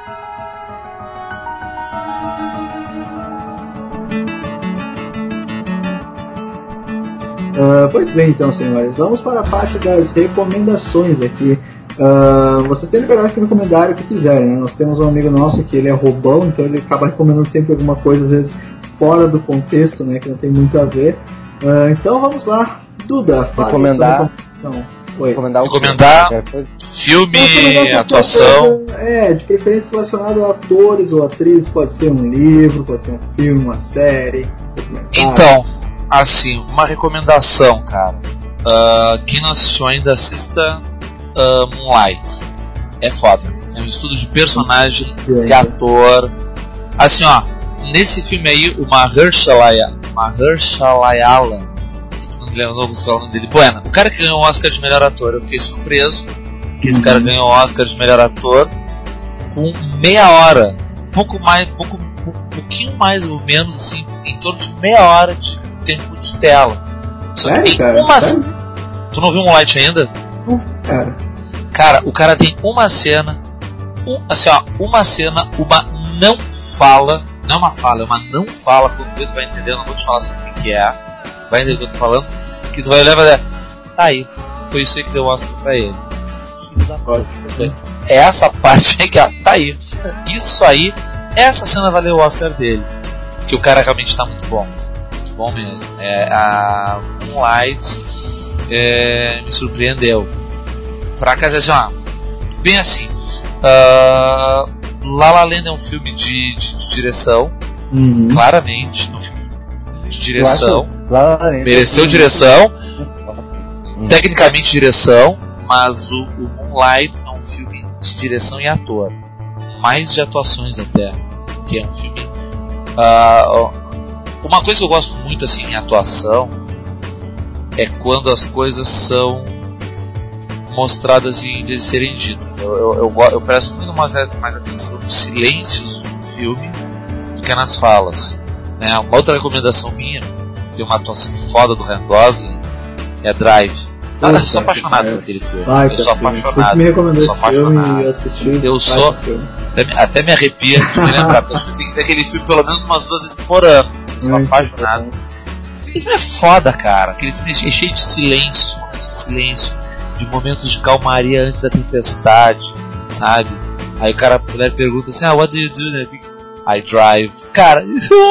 C: Uh, pois bem, então, senhores, vamos para a parte das recomendações aqui. Uh, vocês têm liberdade de recomendar o que quiserem, né? Nós temos um amigo nosso que ele é roubão, então ele acaba recomendando sempre alguma coisa, às vezes fora do contexto, né? Que não tem muito a ver. Uh, então vamos lá, Duda, fala
E: recomendar,
C: Oi.
E: recomendar, o
D: recomendar filme, recomendar atuação.
C: Coisa, é, de preferência relacionado a atores ou atrizes, pode ser um livro, pode ser um filme, uma série.
D: Então, assim, uma recomendação, cara. Uh, quem não assistiu ainda, assista uh, Moonlight. É foda. É um estudo de personagem, de ator. Assim, ó, nesse filme aí, o Mahershala Mahershala não me lembro o nome dele. Bueno, o cara que ganhou o Oscar de melhor ator, eu fiquei surpreso que esse cara ganhou o Oscar de melhor ator com meia hora. Pouco mais, pouco, um pouquinho mais ou menos, assim, em torno de meia hora de tempo de tela. Só que tem
C: cara,
D: uma.
C: sério?
D: Tu não viu um Moonlight ainda?
C: Não, cara.
D: Cara, o cara tem uma cena, um, assim ó, uma cena, uma não fala, não é uma fala, é uma não fala, quando tu vai entender, eu não vou te falar sobre o que é, tu vai entender o que eu tô falando, que tu vai olhar e vai dizer, tá aí, foi isso aí que deu o Oscar pra ele. Filho da puta. É essa parte aí que, ó, tá aí, isso aí, essa cena valeu o Oscar dele, que o cara realmente tá muito bom, muito bom mesmo. É, a Moonlight é, me surpreendeu. Pra casa, assim, ó, bem assim, uh, La La Land é um filme de, de, de direção, uhum. Claramente, um filme de direção, mereceu direção, uhum. Tecnicamente direção, mas o, o Moonlight é um filme de direção e ator, mais de atuações até, que é um filme, uh, uma coisa que eu gosto muito assim em atuação é quando as coisas são mostradas em vez de serem ditas. Eu, eu, eu, eu presto muito mais, mais atenção nos silêncios do filme do que nas falas. Né? Uma outra recomendação minha, que tem uma atuação foda do Ryan Gosling, é Drive. Ah, eu sou apaixonado por aquele filme. Vai, eu sou apaixonado. Eu sou apaixonado. Eu sou. Até, até me arrepia de me lembrar, porque eu tenho que ver aquele filme pelo menos umas duas vezes por ano. Eu sou apaixonado. Aquele filme é foda, cara. Aquele filme é cheio de silêncios, momentos de silêncio, de momentos de calmaria antes da tempestade, sabe? Aí o cara, a mulher pergunta assim, ah, what do you do? Né? I drive. Cara,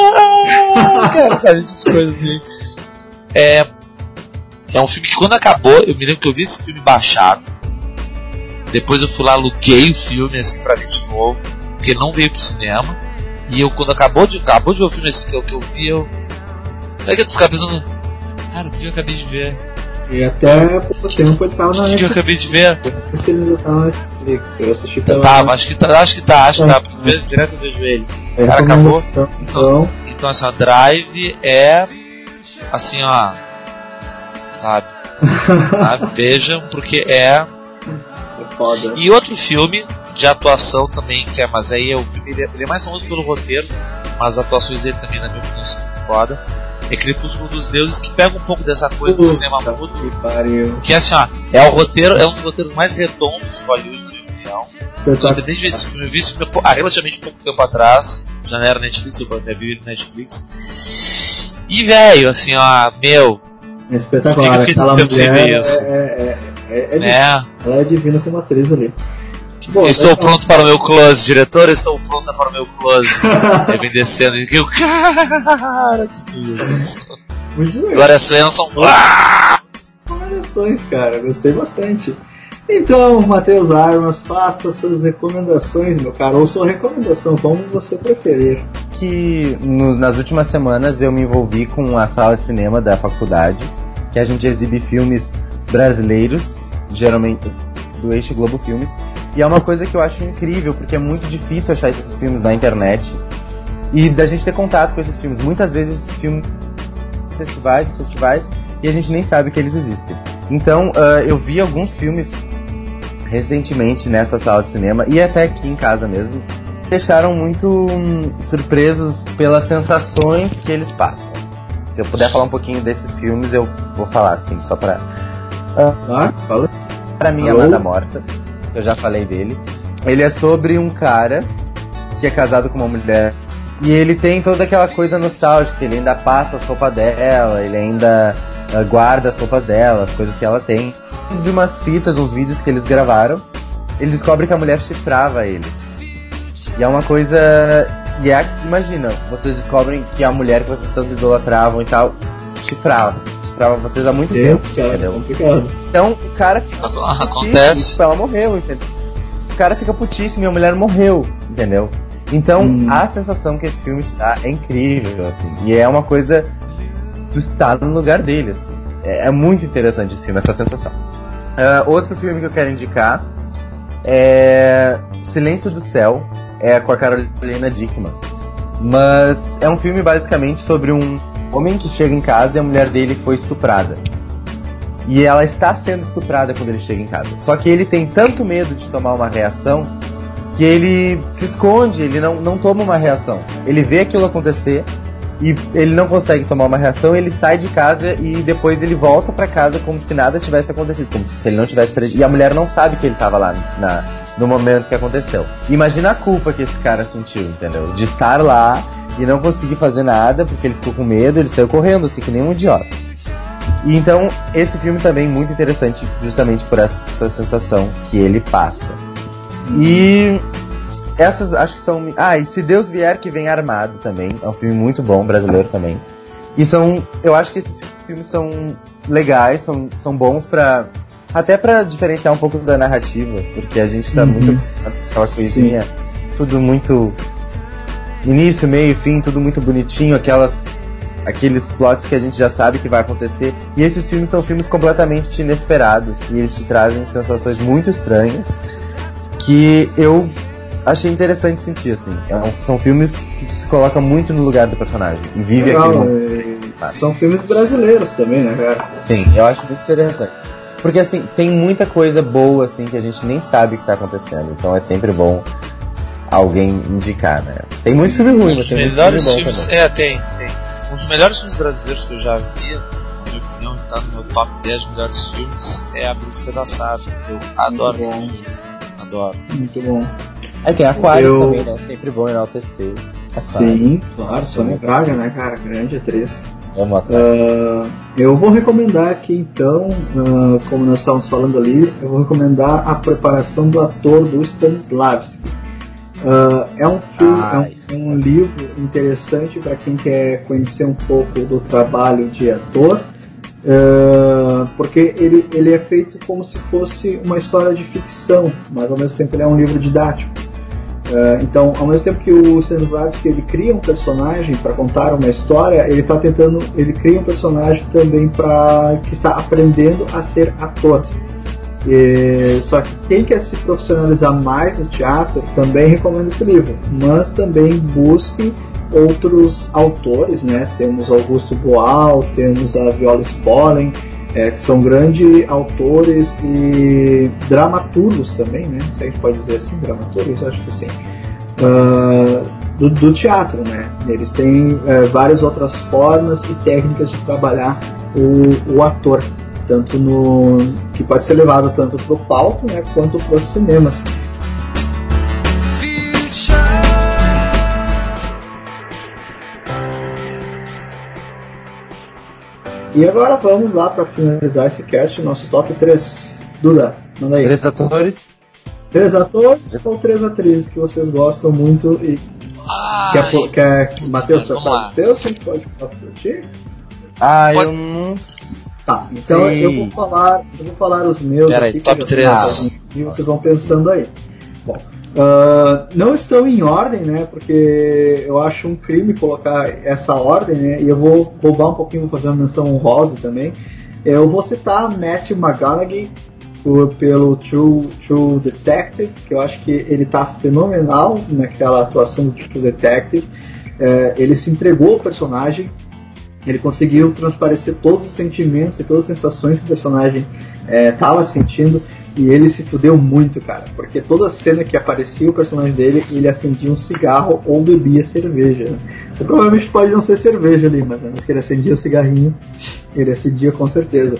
D: cara, sabe, esse tipo de coisa assim. É, é um filme que quando acabou, eu me lembro que eu vi esse filme baixado. Depois eu fui lá, aluguei o filme assim pra ver de novo, porque não veio pro cinema. E eu, quando acabou de, acabou de ver o filme assim, que eu, que eu vi, eu. Sabe que eu ficava pensando, cara, o que eu acabei de ver?
C: E até pouco tempo ele tava na Netflix.
D: Que eu acabei de ver.
C: Não sei se ele ainda tá na Netflix. Eu assisti
D: pela... Tava, acho que tá, acho que tá, acho que tá. Porque eu, direto eu vejo ele. O cara acabou. Então, então assim, ó, Drive é assim, ó. Sabe? Sabe? Vejam, porque é.
C: É foda.
D: E outro filme de atuação também, que é, mas aí é o filme, ele é, ele é mais famoso pelo roteiro, mas as atuações dele também, na minha opinião, são muito foda. É Crepúsculo dos Deuses, que pega um pouco dessa coisa do cinema mudo, que, que é assim, ó, é o roteiro, é um dos roteiros mais redondos de Hollywood, na minha opinião. Eu terminei de ver esse filme, eu vi esse filme há relativamente pouco tempo atrás, já não era Netflix, eu vi ele Netflix. E velho, assim, ó, meu,
C: é espetacular,
D: fica aquela tempo sem ver isso.
C: É, é, é, é,
D: é.
C: Ela é divina como atriz ali.
D: Bom, estou é pronto para o meu close, diretor, estou pronta para o meu close. Aí vem descendo e eu, cara, que isso. Glória Svensson.
C: Recomendações, cara, gostei bastante. Então, Matheus Armas, faça suas recomendações, meu caro, ou sua recomendação, como você preferir.
E: Que no, nas últimas semanas eu me envolvi com a sala de cinema da faculdade, que a gente exibe filmes brasileiros, geralmente do Eixo Globo Filmes, E é uma coisa que eu acho incrível, porque é muito difícil achar esses filmes na internet. E da gente ter contato com esses filmes. Muitas vezes esses filmes festivais, festivais, e a gente nem sabe que eles existem. Então, uh, eu vi alguns filmes recentemente nessa sala de cinema, e até aqui em casa mesmo, deixaram muito hum, surpresos pelas sensações que eles passam. Se eu puder falar um pouquinho desses filmes, eu vou falar, assim, só pra... Uh,
C: ah, fala.
E: Pra Minha Amada Morta, eu já falei dele. Ele é sobre um cara que é casado com uma mulher, e ele tem toda aquela coisa nostálgica, ele ainda passa as roupas dela, ele ainda uh, guarda as roupas dela, as coisas que ela tem. De umas fitas, uns vídeos que eles gravaram, ele descobre que a mulher chifrava ele. E é uma coisa... E é, imagina, vocês descobrem que a mulher que vocês tanto idolatravam e tal, chifrava. Chifrava vocês há muito tempo,
C: cara,
E: entendeu?
C: Complicado.
E: Então o cara fica
D: Acontece.
E: Tipo, ela morreu, entendeu? O cara fica putíssimo e a mulher morreu, entendeu? Então hum. a sensação que esse filme te dá é incrível, assim. E é uma coisa... Tu está no lugar dele, assim. É, é muito interessante esse filme, essa sensação. Uh, outro filme que eu quero indicar é Silêncio do Céu, é com a Carolina Dickman. Mas é um filme basicamente sobre um homem que chega em casa e a mulher dele foi estuprada. E ela está sendo estuprada quando ele chega em casa. Só que ele tem tanto medo de tomar uma reação que ele se esconde, ele não, não toma uma reação. Ele vê aquilo acontecer e ele não consegue tomar uma reação, ele sai de casa e depois ele volta pra casa como se nada tivesse acontecido, como se ele não tivesse perdido. E a mulher não sabe que ele tava lá na, no momento que aconteceu. Imagina a culpa que esse cara sentiu, entendeu? De estar lá e não conseguir fazer nada porque ele ficou com medo, ele saiu correndo assim que nem um idiota. E então esse filme também é muito interessante justamente por essa, essa sensação que ele passa. E essas acho que são... Ah, e Se Deus Vier Que Vem Armado também. É um filme muito bom, brasileiro também. E são... Eu acho que esses filmes são legais, são, são bons pra... Até pra diferenciar um pouco da narrativa. Porque a gente tá uhum. muito acostumado com aquela coisinha. Sim. Tudo muito... Início, meio, fim, tudo muito bonitinho. Aquelas... Aqueles plots que a gente já sabe que vai acontecer. E esses filmes são filmes completamente inesperados. E eles te trazem sensações muito estranhas. Que eu... achei interessante sentir, assim. São filmes que se coloca muito no lugar do personagem. E vive
C: Legal,
E: aquele...
C: é... São filmes brasileiros também, né, cara?
E: Sim, eu acho muito interessante. Porque, assim, tem muita coisa boa, assim, que a gente nem sabe o que tá acontecendo. Então é sempre bom alguém indicar, né? Tem muitos filmes ruins, mas tem muitos filmes bons filmes,
D: também. É, tem, tem. Um dos melhores filmes brasileiros que eu já vi, na minha opinião, tá no meu top dez melhores filmes, é A Bruxa Despedaçada. Eu adoro esse filme. Adoro.
C: Muito bom.
E: Aí tem Aquários eu... também, né? Sempre bom enaltecer.
C: Sim, claro, Sônia Braga, né, cara? Grande atriz.
E: Vamos
C: uh, eu vou recomendar aqui, então, uh, como nós estávamos falando ali, eu vou recomendar A Preparação do Ator, do Stanislavski. Uh, é um filme, é um, um livro interessante para quem quer conhecer um pouco do trabalho de ator. Uh, porque ele, ele é feito como se fosse uma história de ficção, mas ao mesmo tempo ele é um livro didático. Uh, então, ao mesmo tempo que o Stanislavski ele cria um personagem para contar uma história, ele está tentando, ele cria um personagem também para que está aprendendo a ser ator. E, só que quem quer se profissionalizar mais no teatro também recomendo esse livro, mas também busque outros autores, né? Temos Augusto Boal, temos a Viola Spolin, é, que são grandes autores e dramaturgos também, né? Se a gente pode dizer assim, dramaturgos, eu acho que sim. Uh, do, do teatro, né? Eles têm uh, várias outras formas e técnicas de trabalhar o, o ator, tanto no que pode ser levado tanto para o palco, né, quanto para os cinemas. E agora vamos lá para finalizar esse cast, nosso top três. Duda, manda aí.
E: Três atores?
C: Três atores ou três atrizes que vocês gostam muito e
D: Ai,
C: quer, quer bater os seus teus? Você pode falar por ti?
E: Ah,
D: pode.
E: eu não...
C: Tá, então
E: Sim.
C: eu vou falar, eu vou falar os meus
D: Pera
C: aqui,
D: aí, top três.
C: E vocês vão pensando aí. Bom, uh, não estão em ordem, né? Porque eu acho um crime colocar essa ordem, né? E eu vou roubar um pouquinho, vou fazer uma menção honrosa também. Eu vou citar Matthew McConaughey, por, pelo True, True Detective, que eu acho que ele tá fenomenal naquela atuação do True Detective. É, ele se entregou ao personagem, ele conseguiu transparecer todos os sentimentos e todas as sensações que o personagem estava é, sentindo, e ele se fudeu muito, cara, porque toda cena que aparecia o personagem dele, ele acendia um cigarro ou bebia cerveja. Então, provavelmente pode não ser cerveja ali, mas antes que ele acendia o cigarrinho, ele acendia com certeza.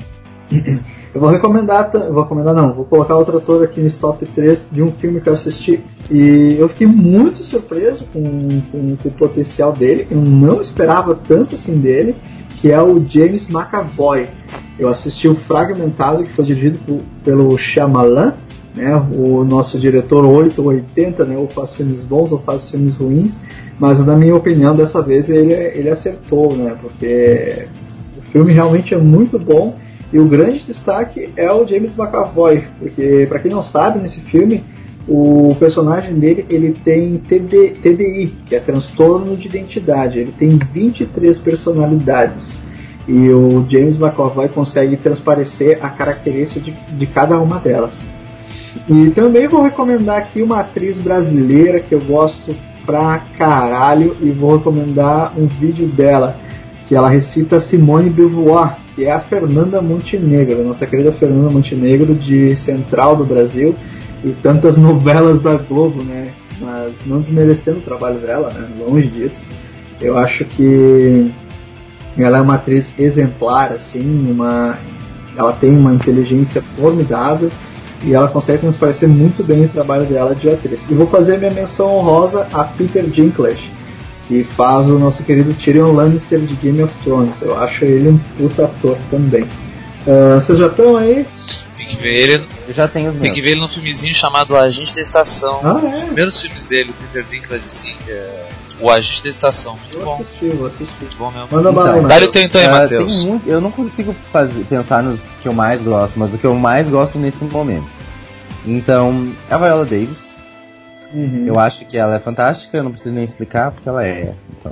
C: Eu vou recomendar, vou recomendar não, vou colocar outro ator aqui nesse top três de um filme que eu assisti e eu fiquei muito surpreso com, com, com o potencial dele, eu não esperava tanto assim dele, que é o James McAvoy. Eu assisti o Fragmentado, que foi dirigido por, pelo Shyamalan, né, o nosso diretor oito ou oitenta, né, ou faz filmes bons ou faz filmes ruins, mas na minha opinião dessa vez ele, ele acertou, né, porque o filme realmente é muito bom. E o grande destaque é o James McAvoy, porque, para quem não sabe, nesse filme, o personagem dele ele tem T D, T D I, que é transtorno de identidade. Ele tem vinte e três personalidades. E o James McAvoy consegue transparecer a característica de, de cada uma delas. E também vou recomendar aqui uma atriz brasileira que eu gosto pra caralho, e vou recomendar um vídeo dela, que ela recita Simone de Beauvoir, que é a Fernanda Montenegro, nossa querida Fernanda Montenegro, de Central do Brasil, e tantas novelas da Globo, né? Mas não desmerecendo o trabalho dela, né? Longe disso. Eu acho que ela é uma atriz exemplar, assim, uma... ela tem uma inteligência formidável e ela consegue transparecer muito bem o trabalho dela de atriz. E vou fazer minha menção honrosa a Peter Dinklage, que faz o nosso querido Tyrion Lannister de Game of Thrones. Eu acho ele um puta ator também. Uh, vocês já estão aí?
D: Tem que ver ele.
E: Eu já tenho os
D: Tem
E: meus.
D: que ver ele num filmezinho chamado O Agente da Estação.
C: Ah, é?
D: Os primeiros filmes dele, o Peter Dinklage, assim, é... O Agente da Estação. Muito
C: eu
D: bom.
C: Assisti, vou assistir.
D: Muito bom mesmo.
C: Manda
E: então,
C: bala,
D: Dá-lhe o teu então aí,
E: uh,
D: Matheus.
E: tem muito, eu não consigo fazer, pensar nos que eu mais gosto, mas o que eu mais gosto nesse momento. Então, é a Viola Davis.
C: Uhum.
E: Eu acho que ela é fantástica, eu não preciso nem explicar porque ela é. Então,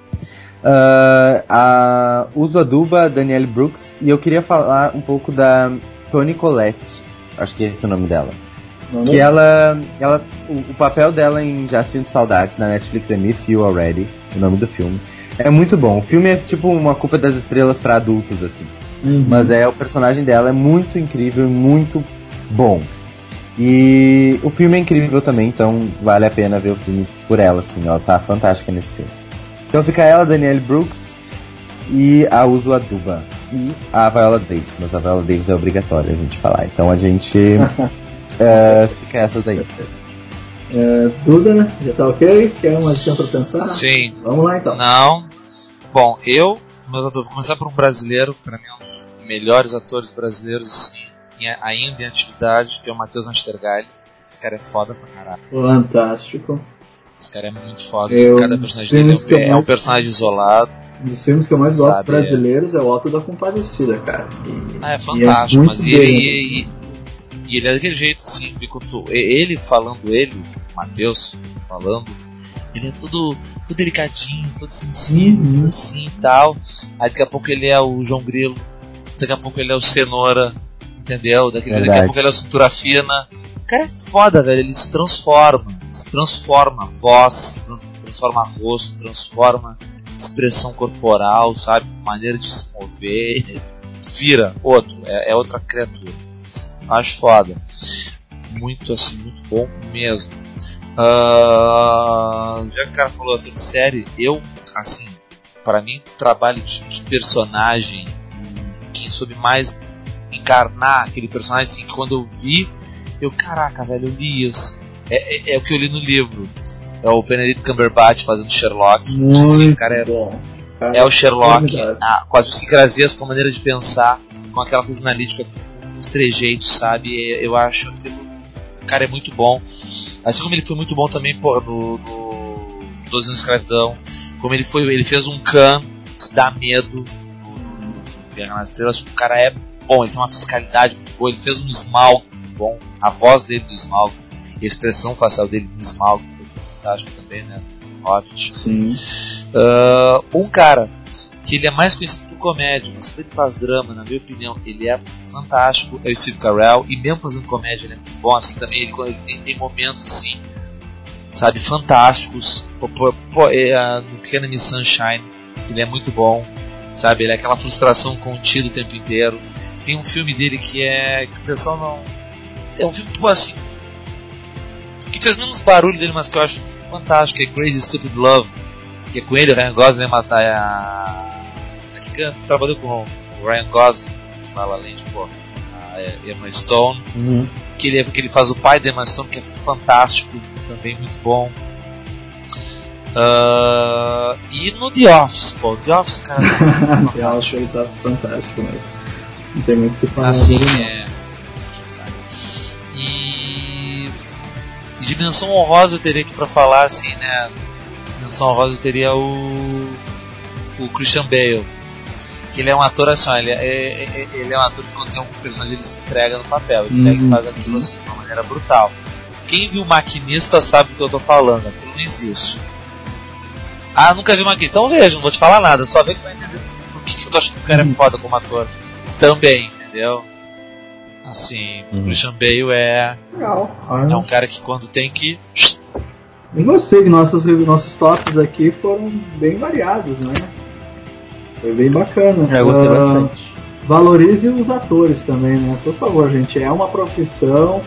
E: uh, a Uzo Aduba, Danielle Brooks, e eu queria falar um pouco da Toni Collette, acho que é esse o nome dela.
C: Não,
E: que
C: não?
E: ela, ela o, o papel dela em Já Sinto Saudades na Netflix é Miss You Already, o nome do filme. É muito bom. O filme é tipo uma Culpa das Estrelas para adultos, assim.
C: Uhum.
E: Mas é o personagem dela é muito incrível e muito bom. E o filme é incrível também, então vale a pena ver o filme por ela, assim, ela tá fantástica nesse filme. Então fica ela, Danielle Brooks e a Uzo Aduba e a Viola Davis, mas a Viola Davis é obrigatória a gente falar, então a gente uh, fica essas aí.
C: É, Duda, já tá ok? Quer uma adição pra pensar?
D: Sim.
C: Vamos lá então.
D: Não. Bom, eu, meus atores, vou começar por um brasileiro, pra mim é um dos melhores atores brasileiros, assim, ainda em atividade, que é o Matheus Nastergalli. Esse cara é foda pra caralho.
C: Fantástico.
D: Esse cara é muito foda.
C: Eu,
D: Cada personagem dele é, é
C: mais,
D: um personagem isolado.
C: Um dos filmes que eu mais gosto
D: sabe,
C: brasileiros é o Auto da Compadecida, cara. E,
D: ah, é fantástico,
C: e é
D: mas
C: bem,
D: ele, e, e, e ele é daquele jeito, assim, ele falando, ele, o Matheus falando, ele é todo, todo delicadinho, todo sensível,
C: uhum.
D: tudo assim e tal. Aí daqui a pouco ele é o João Grilo, daqui a pouco ele é o Cenoura. Entendeu? Daqui, daqui a pouco ele é a cintura fina. O cara é foda, velho. Ele se transforma. Se transforma voz, transforma rosto, transforma expressão corporal, sabe? Maneira de se mover. Vira outro. É, é outra criatura. Acho foda. Muito assim, muito bom mesmo. Uh, já que o cara falou outra série, eu, assim, pra mim, trabalho de, de personagem, quem soube mais encarnar aquele personagem, assim, que quando eu vi, eu, caraca, velho, eu li isso. É, é, é o que eu li no livro. É o Benedict Cumberbatch fazendo Sherlock.
C: Muito
D: assim, o cara é,
C: bom. Cara,
D: é o Sherlock,
C: é
D: ah, com as psincrasias, com a maneira de pensar, com aquela coisa analítica, com os trejeitos, sabe? Eu acho que o cara é muito bom. Assim como ele foi muito bom também, pô, no, no doze anos de escravidão. Como ele foi, ele fez um Khan, que dá medo no Guerra nas Estrelas. O cara é bom, ele tem uma fiscalidade muito boa, ele fez um Smaug muito bom, a voz dele do Smaug e a expressão facial dele no Smaug foi fantástico também, né? Hobbit.
C: Sim.
D: Uh, um cara que ele é mais conhecido por comédia, mas quando ele faz drama, na minha opinião, ele é fantástico, é o Steve Carell, e mesmo fazendo comédia ele é muito bom, assim, também ele, quando ele tem, tem momentos assim, sabe, fantásticos. Pô, pô, é, no Pequena Miss Sunshine ele é muito bom, sabe, ele é aquela frustração contida o tempo inteiro. Tem um filme dele que é, que o pessoal não, é um filme, pô, assim, que fez menos barulho dele, mas que eu acho fantástico, é Crazy Stupid Love, que é com ele, o Ryan Gosling, matar a... a que trabalhou com o Ryan Gosling, fala além de, pô, a Emma Stone,
E: uhum.
D: que ele é porque ele faz o pai da Emma Stone, que é fantástico, também muito bom. Uh, e no The Office, pô, The Office, cara,
C: tá The Office ele tá fantástico, mas não tem muito o que falar.
D: Assim, é... sabe? E... e Dimensão Honrosa eu teria aqui pra falar, assim, né? Dimensão Honrosa eu teria o... o Christian Bale, que ele é um ator assim, ó, ele, é, é, ele é um ator que quando tem um personagem ele se entrega no papel, ele pega e faz aquilo assim de uma maneira brutal. Quem viu Maquinista sabe do que eu tô falando, aquilo não existe. Ah, nunca vi Maquinista, então veja, não vou te falar nada, só vê que vai entender por que eu tô achando que o cara é foda como ator também, entendeu? Assim, o
E: uhum.
D: Christian Bale é
C: legal.
D: É um cara que quando tem que...
C: Eu gostei que nossos, nossos tops aqui foram bem variados, né? Foi bem bacana.
E: É, eu gostei
C: uh,
E: bastante.
C: Valorize os atores também, né? Por favor, gente. É uma profissão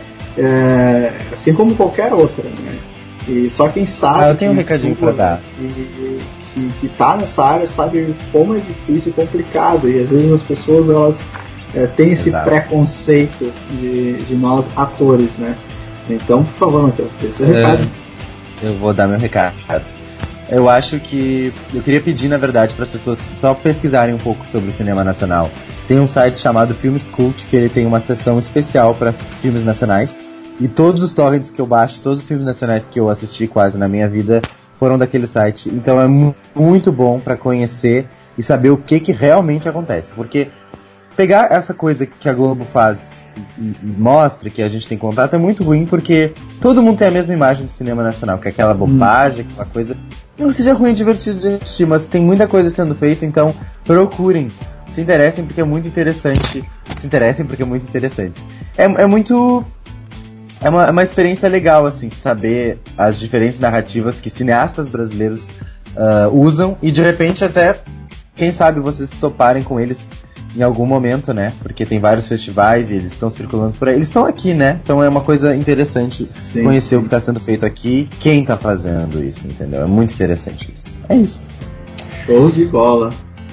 C: é, assim como qualquer outra, né? E só quem sabe...
E: Ah, eu tenho um recadinho pra dar.
C: E, que, que tá nessa área sabe como é difícil e complicado. E às vezes as pessoas, elas é, têm esse
E: Exato.
C: preconceito de, de nós atores, né? Então, por favor, Matheus, dê seu recado.
E: É, eu vou dar meu recado. Eu acho que... Eu queria pedir, na verdade, para as pessoas só pesquisarem um pouco sobre o cinema nacional. Tem um site chamado Filmes Cult, que ele tem uma seção especial para filmes nacionais. E todos os torrents que eu baixo, todos os filmes nacionais que eu assisti quase na minha vida, foram daquele site. Então é mu- muito bom para conhecer e saber o que, que realmente acontece. Porque pegar essa coisa que a Globo faz e, e mostra que a gente tem contato é muito ruim, porque todo mundo tem a mesma imagem do cinema nacional, que é aquela bobagem, aquela coisa... Não seja ruim, divertido de assistir, mas tem muita coisa sendo feita, então procurem. Se interessem porque é muito interessante. Se interessem porque é muito interessante. É, é muito... É uma, é uma experiência legal, assim, saber as diferentes narrativas que cineastas brasileiros uh, usam e, de repente, até, quem sabe, vocês se toparem com eles em algum momento, né? Porque tem vários festivais e eles estão circulando por aí. Eles estão aqui, né? Então é uma coisa interessante sim, conhecer sim. o que está sendo feito aqui, quem está fazendo isso, entendeu? É muito interessante isso. É isso.
C: Show de bola.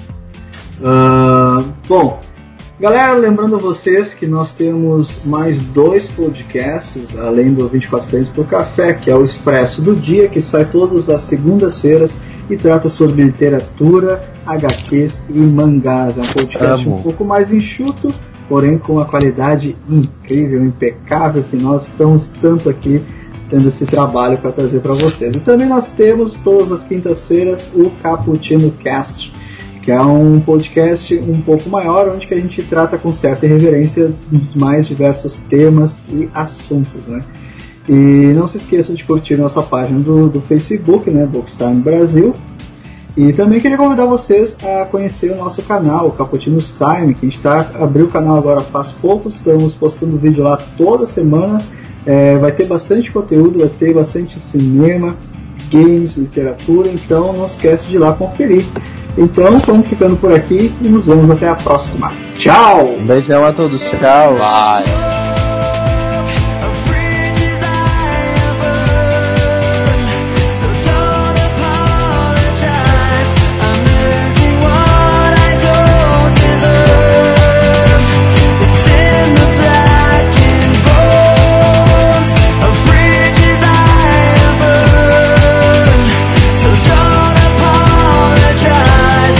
C: Uh, bom... Galera, lembrando a vocês que nós temos mais dois podcasts, além do vinte e quatro Frames por Café, que é o Expresso do Dia, que sai todas as segundas-feiras e trata sobre literatura, agá quês e mangás. É um podcast Amo. um pouco mais enxuto, porém com uma qualidade incrível, impecável, que nós estamos tanto aqui tendo esse trabalho para trazer para vocês. E também nós temos todas as quintas-feiras o Cappuccino Cast, que é um podcast um pouco maior, onde que a gente trata com certa irreverência dos mais diversos temas e assuntos, né? E não se esqueça de curtir nossa página do, do Facebook, né, Bookstime Brasil. E também queria convidar vocês a conhecer o nosso canal, o Cappuccino Time, que a gente tá, abriu o canal agora faz pouco, estamos postando vídeo lá toda semana. É, vai ter bastante conteúdo, vai ter bastante cinema, games, literatura, então não esquece de ir lá conferir. Então, estamos ficando por aqui e nos vemos até a próxima. Tchau!
E: Um beijão a todos. Tchau!
D: Bye!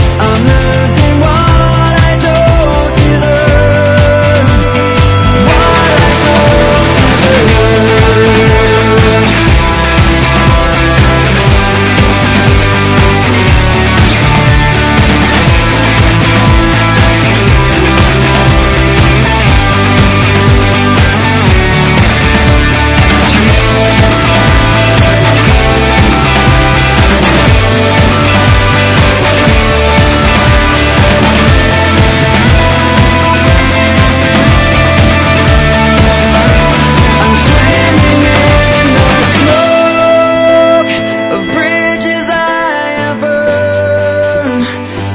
A: Whoa!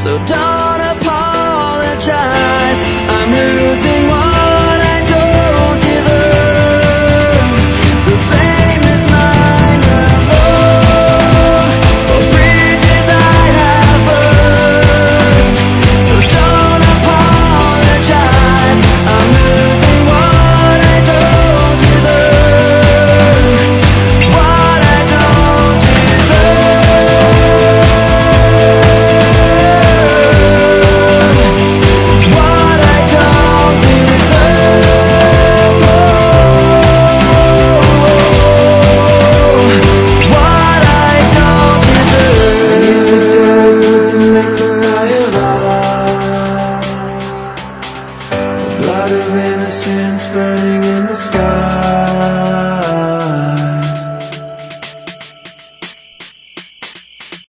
A: So don't apologize. I'm losing what I don't deserve. The blame is mine alone for bridges I have burned. So don't apologize. I'm losing what I don't deserve. What I don't deserve. What I don't deserve. What I don't deserve. Use the devil to make the fire rise. The blood of innocence burning in the sky.